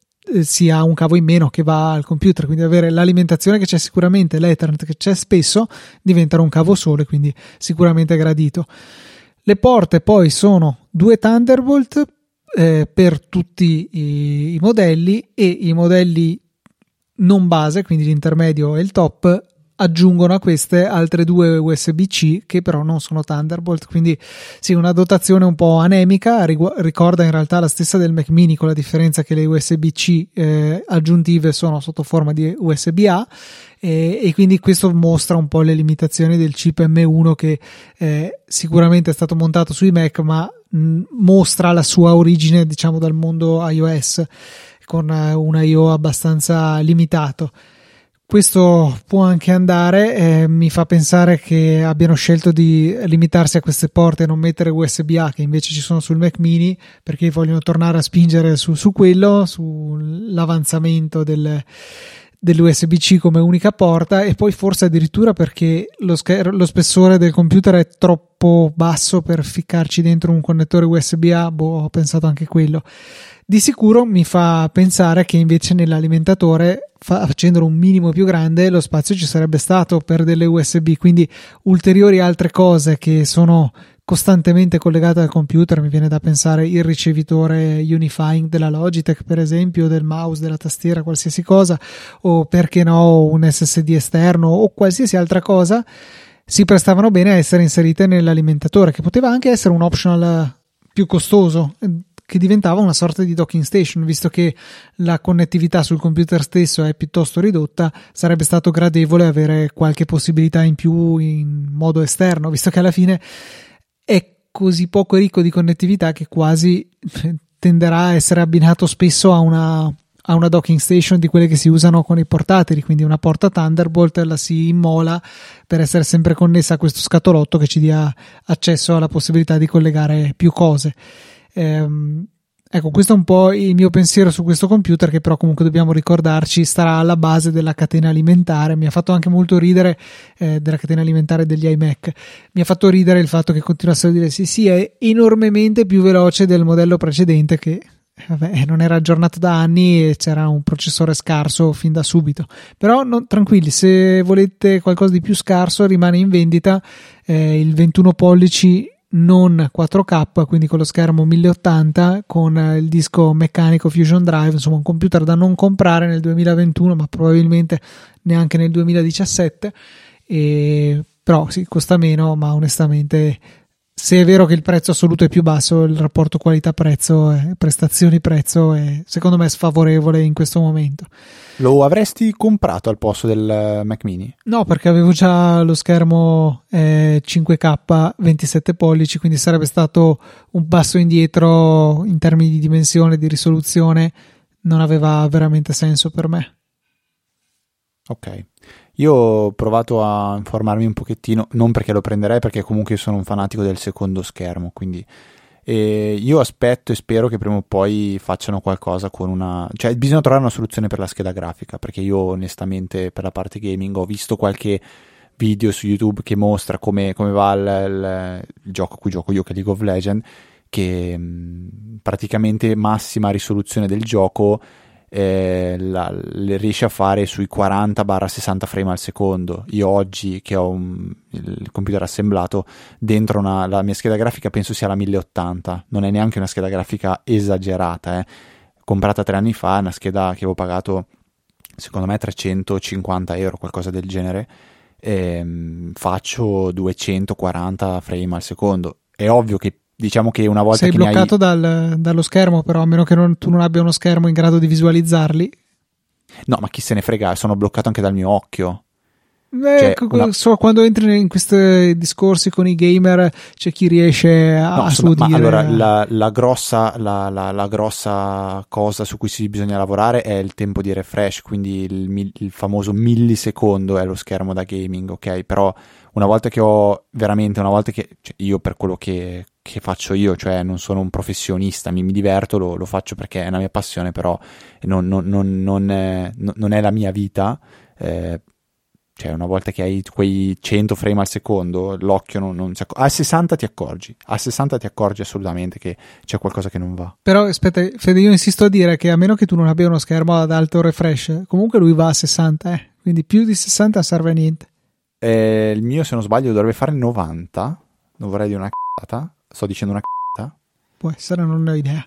si ha un cavo in meno che va al computer, quindi avere l'alimentazione che c'è sicuramente, l'Ethernet che c'è spesso, diventano un cavo solo, quindi sicuramente gradito. Le porte poi sono due Thunderbolt eh, per tutti i, i modelli, e i modelli non base, quindi l'intermedio e il top, aggiungono a queste altre due U S B-C che però non sono Thunderbolt, quindi sì, una dotazione un po' anemica, rigu- ricorda in realtà la stessa del Mac Mini, con la differenza che le U S B-C eh, aggiuntive sono sotto forma di U S B-A, e, e quindi questo mostra un po' le limitazioni del chip M uno, che eh, sicuramente è stato montato sui Mac, ma mh, mostra la sua origine, diciamo, dal mondo iOS, con eh, un I O abbastanza limitato. Questo può anche andare, eh, mi fa pensare che abbiano scelto di limitarsi a queste porte e non mettere U S B-A, che invece ci sono sul Mac Mini, perché vogliono tornare a spingere su, su quello, sull'avanzamento del, dell'U S B-C come unica porta, e poi forse addirittura perché lo, scher- lo spessore del computer è troppo basso per ficcarci dentro un connettore U S B-A. Boh, ho pensato anche quello. Di sicuro mi fa pensare che invece nell'alimentatore, facendolo un minimo più grande, lo spazio ci sarebbe stato per delle U S B, quindi ulteriori altre cose che sono costantemente collegate al computer. Mi viene da pensare il ricevitore unifying della Logitech, per esempio, del mouse, della tastiera, qualsiasi cosa, o perché no un S S D esterno o qualsiasi altra cosa, si prestavano bene a essere inserite nell'alimentatore, che poteva anche essere un optional più costoso, che diventava una sorta di docking station. Visto che la connettività sul computer stesso è piuttosto ridotta, sarebbe stato gradevole avere qualche possibilità in più in modo esterno, visto che alla fine è così poco ricco di connettività che quasi tenderà a essere abbinato spesso a una, a una docking station di quelle che si usano con i portatili, quindi una porta Thunderbolt la si immola per essere sempre connessa a questo scatolotto che ci dia accesso alla possibilità di collegare più cose. Ehm, ecco, questo è un po' il mio pensiero su questo computer, che però comunque dobbiamo ricordarci starà alla base della catena alimentare. Mi ha fatto anche molto ridere eh, della catena alimentare degli iMac, mi ha fatto ridere il fatto che continuassero a dire sì sì è enormemente più veloce del modello precedente, che vabbè, non era aggiornato da anni e c'era un processore scarso fin da subito. Però non, tranquilli, se volete qualcosa di più scarso rimane in vendita eh, il ventuno pollici non quattro K, quindi con lo schermo mille ottanta, con il disco meccanico Fusion Drive. Insomma, un computer da non comprare nel duemilaventuno, ma probabilmente neanche nel duemiladiciassette. E però sì, costa meno, ma onestamente, se è vero che il prezzo assoluto è più basso, il rapporto qualità-prezzo e prestazioni-prezzo è, secondo me, sfavorevole in questo momento. Lo avresti comprato al posto del Mac Mini? No, perché avevo già lo schermo eh, cinque K ventisette pollici, quindi sarebbe stato un passo indietro in termini di dimensione, di risoluzione. Non aveva veramente senso per me. Ok, io ho provato a informarmi un pochettino, non perché lo prenderei, perché comunque io sono un fanatico del secondo schermo, quindi eh, io aspetto e spero che prima o poi facciano qualcosa con una... cioè bisogna trovare una soluzione per la scheda grafica, perché io onestamente per la parte gaming ho visto qualche video su YouTube che mostra come, come va il, il, il gioco a cui gioco io, che è League of Legends, che mh, praticamente massima risoluzione del gioco eh, la, le riesce a fare sui quaranta sessanta frame al secondo. Io oggi che ho un, il computer assemblato dentro una, la mia scheda grafica penso sia la mille ottanta, non è neanche una scheda grafica esagerata, eh. Comprata tre anni fa, una scheda che avevo pagato secondo me trecentocinquanta euro, qualcosa del genere. Ehm, faccio duecentoquaranta frame al secondo. È ovvio che diciamo che una volta sei che bloccato hai... dal, dallo schermo, però a meno che non, tu non abbia uno schermo in grado di visualizzarli. No, ma chi se ne frega, sono bloccato anche dal mio occhio. Beh, Cioè, ecco, una... so, quando entri in questi discorsi con i gamer c'è chi riesce a, no, a sono, suo ma dire. allora la, la, grossa, la, la, la grossa cosa su cui si bisogna lavorare è il tempo di refresh, quindi il, il famoso millisecondo è lo schermo da gaming, ok? Però una volta che ho veramente, una volta che cioè io per quello che, che faccio io, cioè non sono un professionista, mi, mi diverto, lo, lo faccio perché è una mia passione, però non, non, non, non, è, non è la mia vita. Eh, Cioè, una volta che hai quei cento frame al secondo, l'occhio non, non si accorge. A sessanta ti accorgi, a sessanta ti accorgi assolutamente che c'è qualcosa che non va. Però aspetta, Fede, io insisto a dire che a meno che tu non abbia uno schermo ad alto refresh, comunque lui va a sessanta, eh. Quindi più di sessanta serve a niente. Eh, il mio, se non sbaglio, dovrebbe fare novanta. Non vorrei dire una c***a. Sto dicendo una c***a. Può essere, non ne ho idea.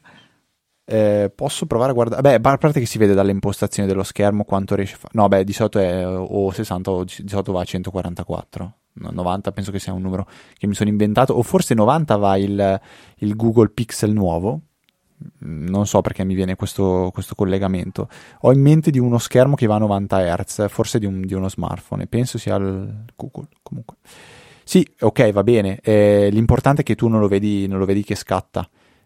Eh, posso provare a guardare. Beh, a parte che si vede dalle impostazioni dello schermo quanto riesce a fare. No, beh, di solito è o sessanta o di solito va a centoquarantaquattro. No, novanta penso che sia un numero che mi sono inventato. O forse novanta va il, il Google Pixel nuovo. Non so perché mi viene questo, questo collegamento. Ho in mente di uno schermo che va a novanta hertz, forse di, un, di uno smartphone. Penso sia il Google. Comunque, sì, ok, va bene. Eh, l'importante è che tu non lo vedi, non lo vedi che scatta.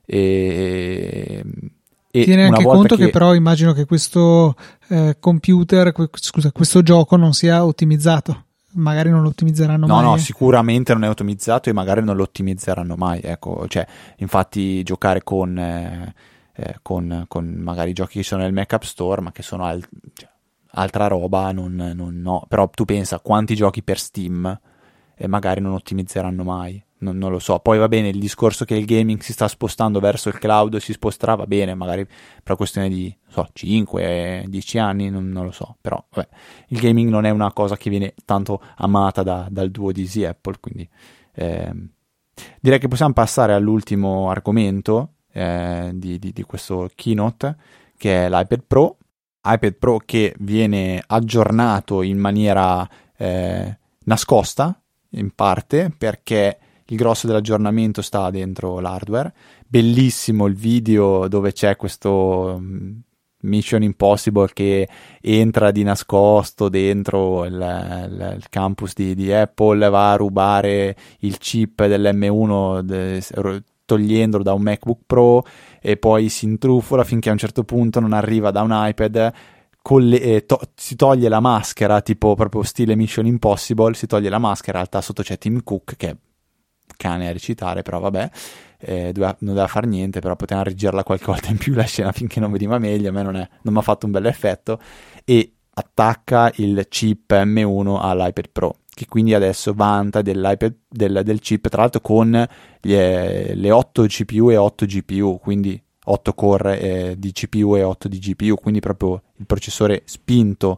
E, e tiene anche conto che... che però immagino che questo eh, computer, que- scusa, questo gioco non sia ottimizzato, magari non lo ottimizzeranno no, mai. No, no, eh. sicuramente non è ottimizzato e magari non lo ottimizzeranno mai, ecco, cioè, infatti giocare con, eh, eh, con, con magari giochi che sono nel Mac App Store, ma che sono al- cioè, altra roba, non, non, no, però tu pensa quanti giochi per Steam e magari non ottimizzeranno mai. Non, non lo so, poi va bene il discorso che il gaming si sta spostando verso il cloud, si sposterà, va bene, magari per questione di so, cinque dieci anni, non, non lo so, però vabbè, il gaming non è una cosa che viene tanto amata da, dal duo di Easy Apple, quindi eh, direi che possiamo passare all'ultimo argomento eh, di, di, di questo keynote, che è l'iPad Pro, iPad Pro che viene aggiornato in maniera eh, nascosta, in parte, perché il grosso dell'aggiornamento sta dentro l'hardware. Bellissimo il video dove c'è questo Mission Impossible che entra di nascosto dentro il, il, il campus di, di Apple, va a rubare il chip dell'emme uno de, togliendolo da un MacBook Pro e poi si intrufola finché a un certo punto non arriva da un iPad. Le, eh, to- si toglie la maschera, tipo proprio stile Mission Impossible, si toglie la maschera, in realtà sotto c'è Tim Cook che è cane a recitare, però vabbè, eh, doveva, non doveva fare niente, però potevano rigirarla qualche volta in più la scena finché non veniva meglio, a me non, è, non mi ha fatto un bel effetto, e attacca il chip emme uno all'iPad Pro, che quindi adesso vanta dell'iPad, del, del chip, tra l'altro con gli, eh, le otto C P U e otto G P U, quindi otto core eh, di C P U e otto di G P U, quindi proprio il processore spinto.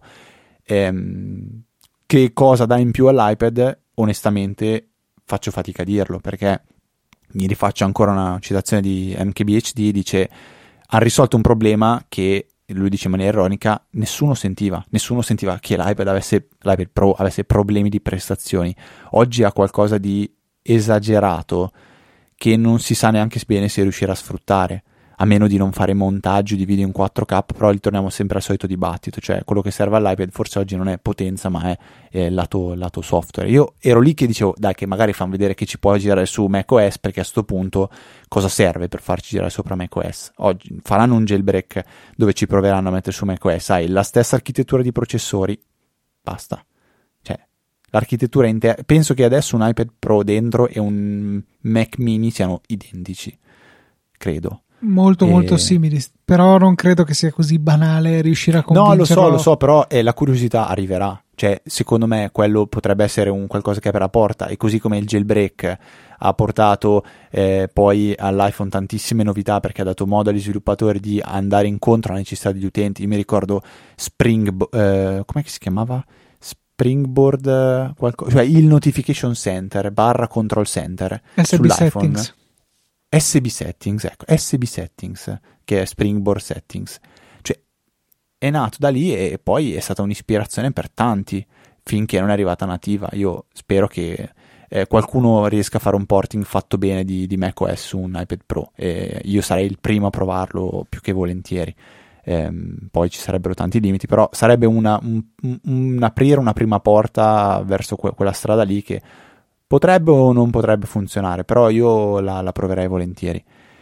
Ehm, che cosa dà in più all'iPad? Onestamente faccio fatica a dirlo, perché mi rifaccio ancora una citazione di M K B H D, dice: ha risolto un problema che, lui dice in maniera ironica, nessuno sentiva, nessuno sentiva che l'iPad avesse, l'iPad Pro avesse problemi di prestazioni. Oggi ha qualcosa di esagerato che non si sa neanche bene se riuscirà a sfruttare, a meno di non fare montaggio di video in quattro K, però ritorniamo sempre al solito dibattito, cioè quello che serve all'iPad forse oggi non è potenza, ma è, è lato, lato software. Io ero lì che dicevo, dai, che magari fanno vedere che ci può girare su macOS, perché a sto punto cosa serve per farci girare sopra macOS? Oggi faranno un jailbreak dove ci proveranno a mettere su macOS, hai la stessa architettura di processori, basta. Cioè, l'architettura interna, penso che adesso un iPad Pro dentro e un Mac mini siano identici, credo. Molto e... molto simili, però non credo che sia così banale riuscire a convincerlo. No, lo so, lo so, però eh, la curiosità arriverà. Cioè, secondo me quello potrebbe essere un qualcosa che apre la porta, e così come il jailbreak ha portato eh, poi all'iPhone tantissime novità, perché ha dato modo agli sviluppatori di andare incontro alle necessità degli utenti. Io mi ricordo Spring, eh, com'è che si chiamava? Springboard, eh, qualcosa, cioè il Notification Center barra Control Center S B sull'iPhone. Settings. S B Settings, ecco, S B Settings, che è Springboard Settings. Cioè, è nato da lì e poi è stata un'ispirazione per tanti, finché non è arrivata nativa. Io spero che eh, qualcuno riesca a fare un porting fatto bene di, di macOS su un iPad Pro, e io sarei il primo a provarlo più che volentieri. Ehm, poi ci sarebbero tanti limiti, però sarebbe una, un, un aprire una prima porta verso que- quella strada lì che potrebbe o non potrebbe funzionare, però io la, la proverei volentieri.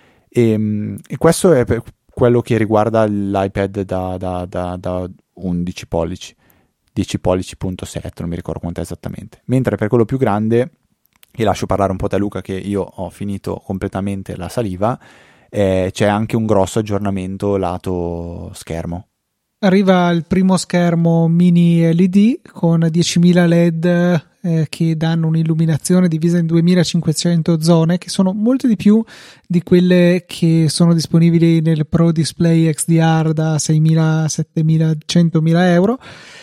E, e questo è per quello che riguarda l'iPad da, da, da, da undici pollici, dieci pollici punto sette, non mi ricordo quanto è esattamente. Mentre per quello più grande, e lascio parlare un po' da Luca che io ho finito completamente la saliva, eh, c'è anche un grosso aggiornamento lato schermo. Arriva il primo schermo mini L E D con diecimila L E D eh, che danno un'illuminazione divisa in duemilacinquecento zone, che sono molte di più di quelle che sono disponibili nel Pro Display X D R da seimila, settemila, centomila euro,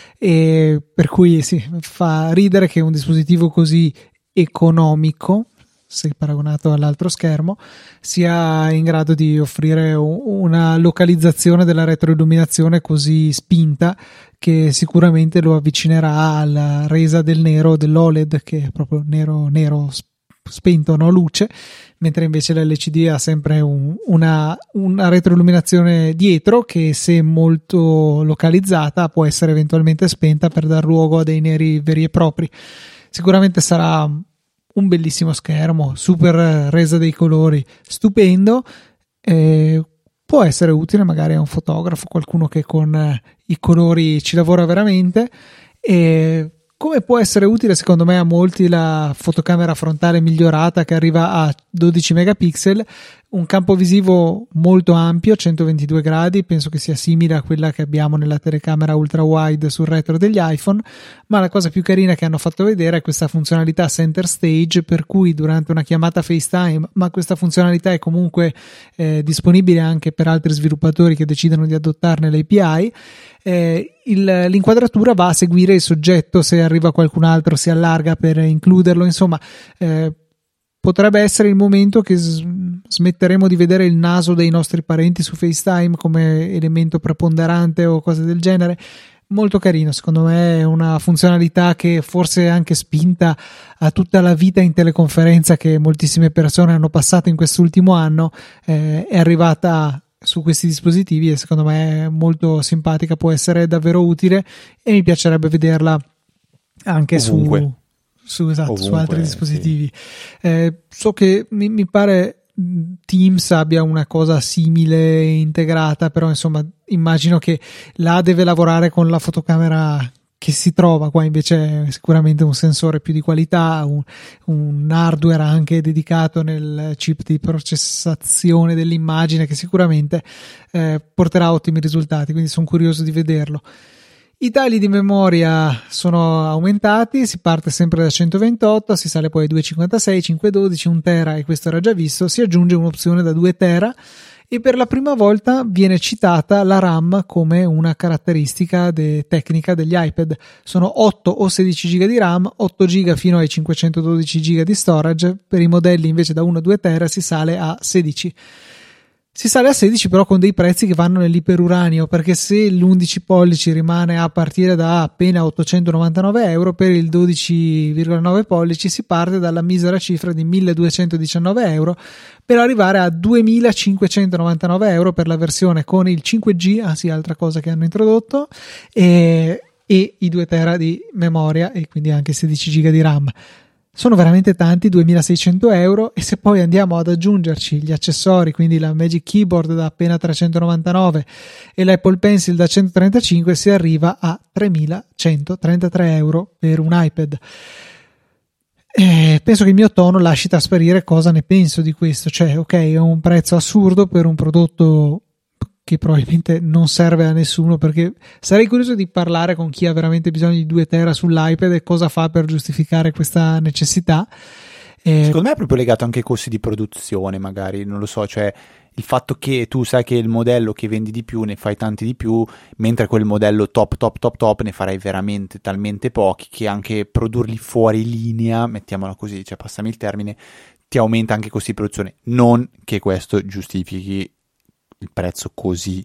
e per cui sì, fa ridere che un dispositivo così economico, se paragonato all'altro schermo, sia in grado di offrire una localizzazione della retroilluminazione così spinta che sicuramente lo avvicinerà alla resa del nero dell'O L E D, che è proprio nero nero spento, no luce, mentre invece l'L C D ha sempre un, una, una retroilluminazione dietro che, se molto localizzata, può essere eventualmente spenta per dar luogo a dei neri veri e propri. Sicuramente sarà un bellissimo schermo, super resa dei colori, stupendo. Eh, può essere utile magari a un fotografo, qualcuno che con eh, i colori ci lavora veramente. E come può essere utile secondo me a molti la fotocamera frontale migliorata, che arriva a dodici megapixel, un campo visivo molto ampio, centoventidue gradi, penso che sia simile a quella che abbiamo nella telecamera ultra wide sul retro degli iPhone, ma la cosa più carina che hanno fatto vedere è questa funzionalità center stage, per cui durante una chiamata FaceTime, ma questa funzionalità è comunque eh, disponibile anche per altri sviluppatori che decidono di adottarne l'A P I, eh, il, l'inquadratura va a seguire il soggetto, se arriva qualcun altro si allarga per includerlo, insomma eh, potrebbe essere il momento che smetteremo di vedere il naso dei nostri parenti su FaceTime come elemento preponderante o cose del genere. Molto carino, secondo me è una funzionalità che forse è anche spinta a tutta la vita in teleconferenza che moltissime persone hanno passato in quest'ultimo anno, eh, è arrivata su questi dispositivi e secondo me è molto simpatica, può essere davvero utile e mi piacerebbe vederla anche ovunque. su Su, esatto, Ovunque, su altri dispositivi. Sì. Eh, so che mi, mi pare Teams abbia una cosa simile integrata, però insomma immagino che là deve lavorare con la fotocamera che si trova, qua invece è sicuramente un sensore più di qualità, un, un hardware anche dedicato nel chip di processazione dell'immagine che sicuramente eh, porterà ottimi risultati, quindi sono curioso di vederlo. I tagli di memoria sono aumentati, si parte sempre da centoventotto, si sale poi a duecentocinquantasei, cinquecentododici, un tera, e questo era già visto, si aggiunge un'opzione da due tera e per la prima volta viene citata la RAM come una caratteristica de- tecnica degli iPad. Sono otto o sedici giga di RAM, otto giga fino ai cinquecentododici giga di storage, per i modelli invece da uno a due tera si sale a sedici. Si sale a sedici però con dei prezzi che vanno nell'iperuranio, perché se l'undici pollici rimane a partire da appena ottocentonovantanove euro, per il dodici virgola nove pollici si parte dalla misera cifra di milleduecentodiciannove euro per arrivare a duemilacinquecentonovantanove euro per la versione con il cinque G, ah sì, altra cosa che hanno introdotto, e, e i due tera di memoria e quindi anche sedici giga di RAM. sono veramente tanti, duemilaseicento euro, e se poi andiamo ad aggiungerci gli accessori, quindi la Magic Keyboard da appena trecentonovantanove e l'Apple Pencil da centotrentacinque, si arriva a tremilacentotrentatré euro per un iPad. E penso che il mio tono lasci trasparire cosa ne penso di questo, cioè ok, è un prezzo assurdo per un prodotto che probabilmente non serve a nessuno, perché sarei curioso di parlare con chi ha veramente bisogno di due tera sull'iPad e cosa fa per giustificare questa necessità. Eh, secondo me è proprio legato anche ai costi di produzione, magari, non lo so, cioè il fatto che tu sai che il modello che vendi di più ne fai tanti di più, mentre quel modello top top top top ne farai veramente talmente pochi che anche produrli fuori linea, mettiamola così, cioè passami il termine, ti aumenta anche i costi di produzione. Non che questo giustifichi il prezzo così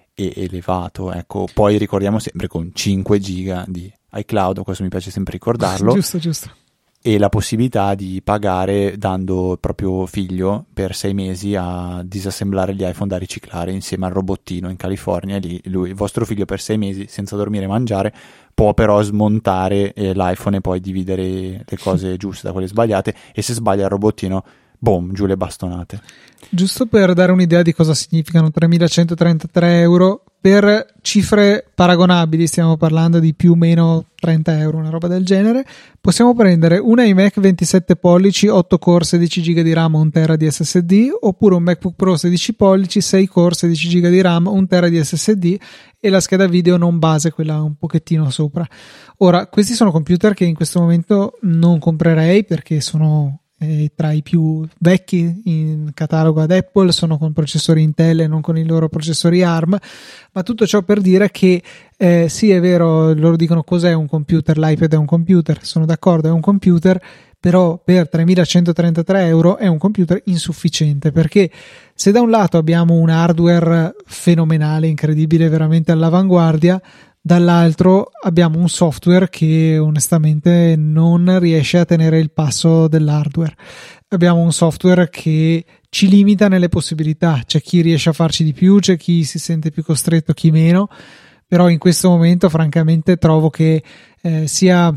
elevato, ecco. Poi ricordiamo sempre con cinque giga di iCloud, questo mi piace sempre ricordarlo. Giusto, giusto. E la possibilità di pagare dando il proprio figlio per sei mesi a disassemblare gli iPhone da riciclare insieme al robottino in California. Lì lui, il vostro figlio, per sei mesi senza dormire e mangiare, può però smontare eh, l'iPhone e poi dividere le cose giuste da quelle sbagliate, e se sbaglia il robottino, boom, giù le bastonate. Giusto per dare un'idea di cosa significano tremilacentotrentatré euro per cifre paragonabili, stiamo parlando di più o meno trenta euro, una roba del genere. Possiamo prendere un iMac ventisette pollici, otto core, sedici giga di RAM, un tera di S S D, oppure un MacBook Pro sedici pollici, sei core, sedici giga di RAM, un tera di S S D e la scheda video non base, quella un pochettino sopra. Ora, questi sono computer che in questo momento non comprerei perché sono eh, tra i più vecchi in catalogo ad Apple, sono con processori Intel e non con i loro processori ARM, ma tutto ciò per dire che eh, sì, è vero, loro dicono cos'è un computer, l'iPad è un computer, sono d'accordo, è un computer, però per tremilacentotrentatré euro è un computer insufficiente, perché se da un lato abbiamo un hardware fenomenale, incredibile, veramente all'avanguardia, dall'altro abbiamo un software che onestamente non riesce a tenere il passo dell'hardware. Abbiamo un software che ci limita nelle possibilità, c'è chi riesce a farci di più, c'è chi si sente più costretto, chi meno, però in questo momento francamente trovo che eh, sia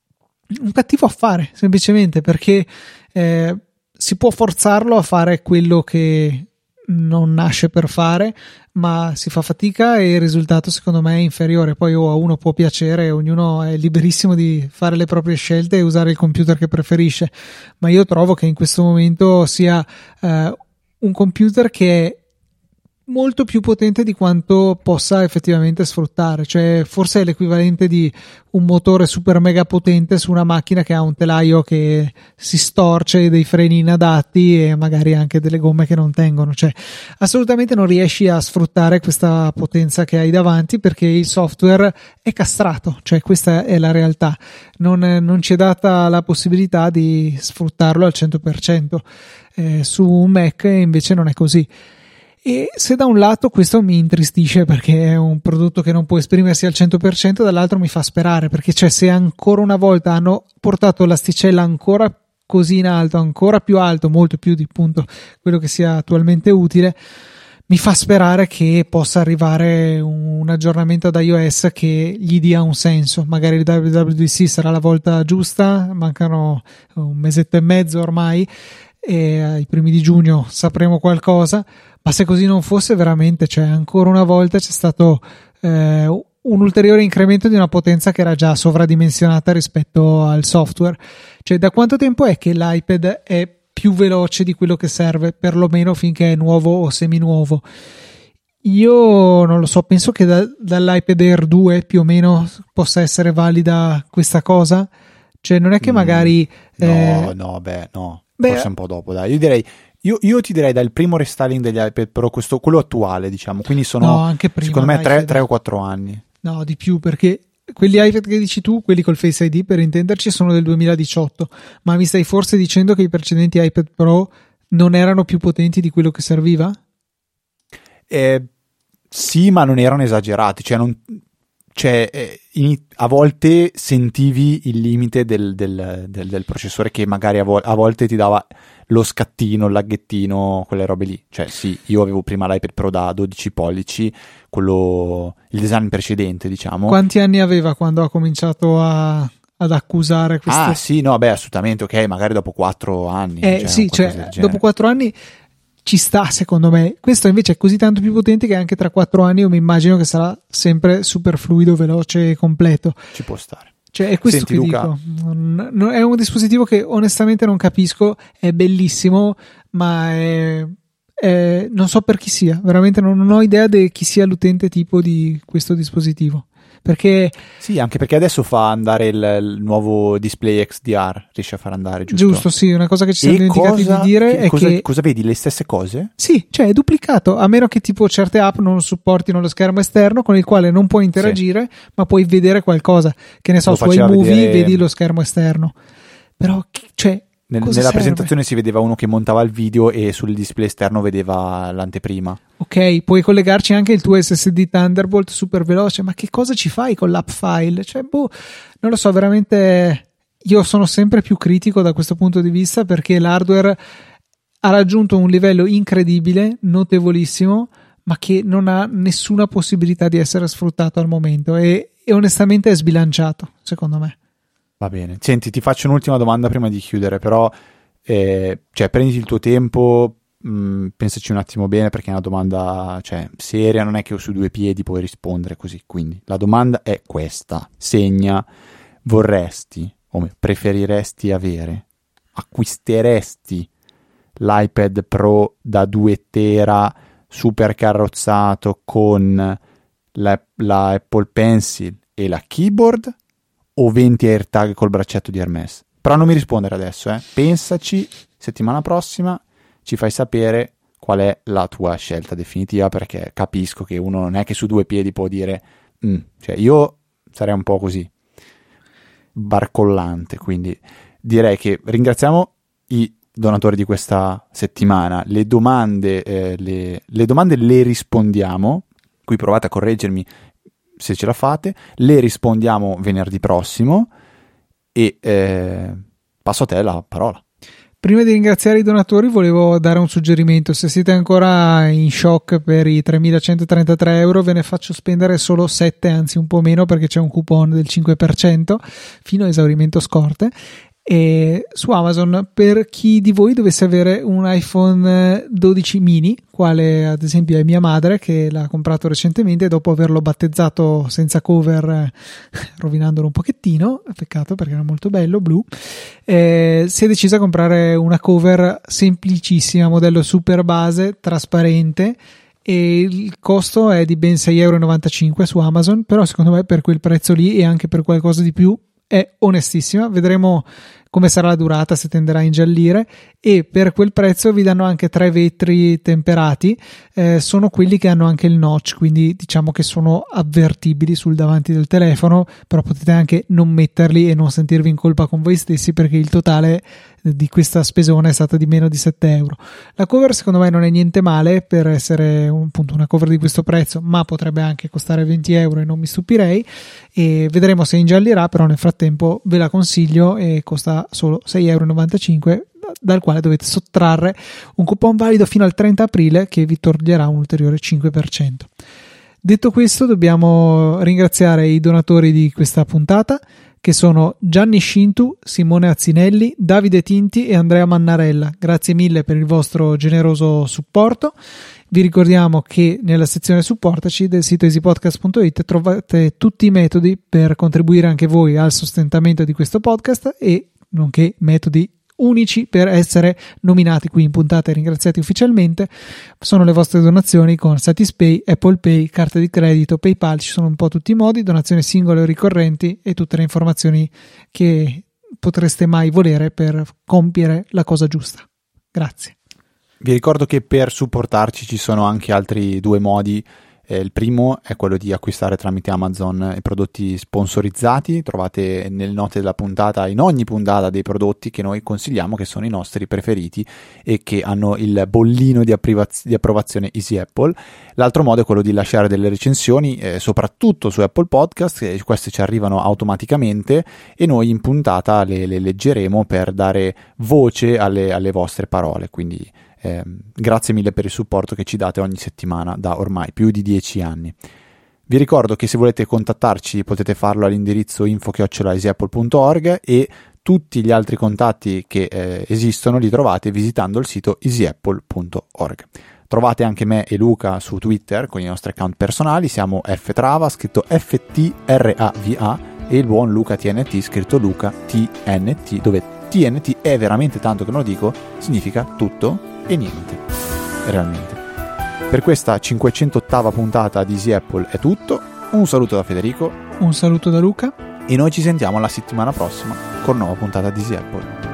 un cattivo affare, semplicemente perché eh, si può forzarlo a fare quello che non nasce per fare, ma si fa fatica e il risultato secondo me è inferiore. Poi oh, a uno può piacere, ognuno è liberissimo di fare le proprie scelte e usare il computer che preferisce, ma io trovo che in questo momento sia eh, un computer che è molto più potente di quanto possa effettivamente sfruttare, cioè forse è l'equivalente di un motore super mega potente su una macchina che ha un telaio che si storce, dei freni inadatti e magari anche delle gomme che non tengono, cioè assolutamente non riesci a sfruttare questa potenza che hai davanti perché il software è castrato, cioè questa è la realtà, non, non ci è data la possibilità di sfruttarlo al cento per cento. Eh, su un Mac invece non è così. E se da un lato questo mi intristisce perché è un prodotto che non può esprimersi al cento per cento, dall'altro mi fa sperare, perché cioè se ancora una volta hanno portato l'asticella ancora così in alto, ancora più alto, molto più di appunto quello che sia attualmente utile, mi fa sperare che possa arrivare un aggiornamento ad iOS che gli dia un senso. Magari il W W D C sarà la volta giusta, mancano un mesetto e mezzo ormai e ai primi di giugno sapremo qualcosa, ma se così non fosse veramente, cioè ancora una volta c'è stato eh, un ulteriore incremento di una potenza che era già sovradimensionata rispetto al software. Cioè da quanto tempo è che l'iPad è più veloce di quello che serve, perlomeno finché è nuovo o seminuovo? Io non lo so, penso che da, dall'iPad Air due più o meno possa essere valida questa cosa, cioè non è che magari mm, no, eh, no, beh, no beh, forse un po' dopo, dai, io direi Io, io ti direi dal primo restyling degli iPad Pro, questo, quello attuale, diciamo, quindi sono no, anche prima, secondo me dai, tre o quattro anni. No, di più, perché quelli iPad che dici tu, quelli col Face I D per intenderci, sono del duemiladiciotto, ma mi stai forse dicendo che i precedenti iPad Pro non erano più potenti di quello che serviva? Eh, sì, ma non erano esagerati, cioè, non, cioè eh, in, a volte sentivi il limite del, del, del, del processore che magari a, vo- a volte ti dava lo scattino, il laghettino, quelle robe lì. Cioè sì, io avevo prima l'iPad Pro da dodici pollici, quello, il design precedente, diciamo. Quanti anni aveva quando ha cominciato a, ad accusare queste... Ah sì, no, beh, assolutamente, ok, magari dopo quattro anni. Eh, cioè, sì, cioè, dopo quattro anni ci sta, secondo me. Questo invece è così tanto più potente che anche tra quattro anni io mi immagino che sarà sempre super fluido, veloce e completo. Ci può stare. Cioè, è questo Senti, che Luca, dico. Non, non- è un dispositivo che onestamente non capisco, è bellissimo, ma è, è- non so per chi sia. Veramente non, non ho idea di chi sia l'utente tipo di questo dispositivo. Perché sì, anche perché adesso fa andare il, il nuovo display X D R, riesce a far andare, giusto? giusto, sì, una cosa che ci siamo E dimenticati cosa, di dire che, è cosa, che cosa vedi? Le stesse cose? sì, cioè è duplicato, a meno che tipo certe app non supportino lo schermo esterno con il quale non puoi interagire, sì, ma puoi vedere qualcosa. Che ne so, Lo su faceva iMovie vedere- vedi lo schermo esterno. Però, cioè, Nel- cosa nella serve? presentazione si vedeva uno che montava il video e sul display esterno vedeva l'anteprima. Ok, puoi collegarci anche il tuo S S D Thunderbolt super veloce, ma che cosa ci fai con l'app file? Cioè, boh, non lo so, veramente io sono sempre più critico da questo punto di vista perché l'hardware ha raggiunto un livello incredibile, notevolissimo, ma che non ha nessuna possibilità di essere sfruttato al momento e, e onestamente è sbilanciato, secondo me. Va bene. Senti, ti faccio un'ultima domanda prima di chiudere, però eh, cioè, prenditi il tuo tempo, mh, pensaci un attimo bene perché è una domanda, cioè, seria, non è che su due piedi puoi rispondere così. Quindi la domanda è questa: segna, vorresti o meglio, preferiresti avere, acquisteresti l'iPad Pro da due tera super carrozzato con la, la Apple Pencil e la keyboard o venti AirTag col braccetto di Hermès? Però non mi rispondere adesso, eh. Pensaci, settimana prossima ci fai sapere qual è la tua scelta definitiva, perché capisco che uno non è che su due piedi può dire mm, cioè io sarei un po' così barcollante, quindi direi che ringraziamo i donatori di questa settimana. Le domande eh, le, le domande le rispondiamo, qui provate a correggermi se ce la fate, le rispondiamo venerdì prossimo e eh, passo a te la parola. Prima di ringraziare i donatori volevo dare un suggerimento: se siete ancora in shock per i tremilacentotrentatré euro ve ne faccio spendere solo sette, anzi un po' meno, perché c'è un coupon del cinque per cento fino a esaurimento scorte. E su Amazon, per chi di voi dovesse avere un iPhone dodici mini, quale ad esempio è mia madre che l'ha comprato recentemente dopo averlo battezzato senza cover, rovinandolo un pochettino, peccato perché era molto bello, blu, eh, si è decisa a comprare una cover semplicissima, modello super base, trasparente, e il costo è di ben sei virgola novantacinque euro su Amazon, però secondo me per quel prezzo lì e anche per qualcosa di più è onestissima. Vedremo come sarà la durata, se tenderà a ingiallire, e per quel prezzo vi danno anche tre vetri temperati, eh, sono quelli che hanno anche il notch, quindi diciamo che sono avvertibili sul davanti del telefono, però potete anche non metterli e non sentirvi in colpa con voi stessi perché il totale di questa spesona è stata di meno di sette euro. La cover secondo me non è niente male per essere un, appunto una cover di questo prezzo, ma potrebbe anche costare venti euro e non mi stupirei, e vedremo se ingiallirà, però nel frattempo ve la consiglio e costa solo sei virgola novantacinque euro, dal quale dovete sottrarre un coupon valido fino al trenta aprile che vi toglierà un ulteriore cinque per cento. Detto questo, dobbiamo ringraziare i donatori di questa puntata, che sono Gianni Scintu, Simone Azzinelli, Davide Tinti e Andrea Mannarella. Grazie mille per il vostro generoso supporto. Vi ricordiamo che nella sezione supportaci del sito easypodcast punto it trovate tutti i metodi per contribuire anche voi al sostentamento di questo podcast, e nonché metodi unici per essere nominati qui in puntata e ringraziati ufficialmente. Sono le vostre donazioni con Satispay, Apple Pay, carta di credito, PayPal, ci sono un po' tutti i modi, donazioni singole o ricorrenti e tutte le informazioni che potreste mai volere per compiere la cosa giusta. Grazie. Vi ricordo che per supportarci ci sono anche altri due modi. Eh, il primo è quello di acquistare tramite Amazon i prodotti sponsorizzati. Trovate nelle note della puntata, in ogni puntata, dei prodotti che noi consigliamo, che sono i nostri preferiti e che hanno il bollino di, apprivaz- di approvazione Easy Apple. L'altro modo è quello di lasciare delle recensioni, eh, soprattutto su Apple Podcast, e queste ci arrivano automaticamente e noi in puntata le, le leggeremo per dare voce alle, alle vostre parole. Quindi Eh, grazie mille per il supporto che ci date ogni settimana da ormai più di dieci anni. Vi ricordo che se volete contattarci potete farlo all'indirizzo info chiocciola easyapple punto org e tutti gli altri contatti che eh, esistono li trovate visitando il sito easyapple punto org. Trovate anche me e Luca su Twitter con i nostri account personali, siamo ftrava, scritto F T R A V A, e il buon Luca T N T, scritto Luca T N T, dove T N T è veramente tanto che non lo dico, significa tutto e niente, realmente. Per questa cinquecentottava puntata di Easy Apple è tutto, un saluto da Federico, un saluto da Luca e noi ci sentiamo la settimana prossima con nuova puntata di Easy Apple.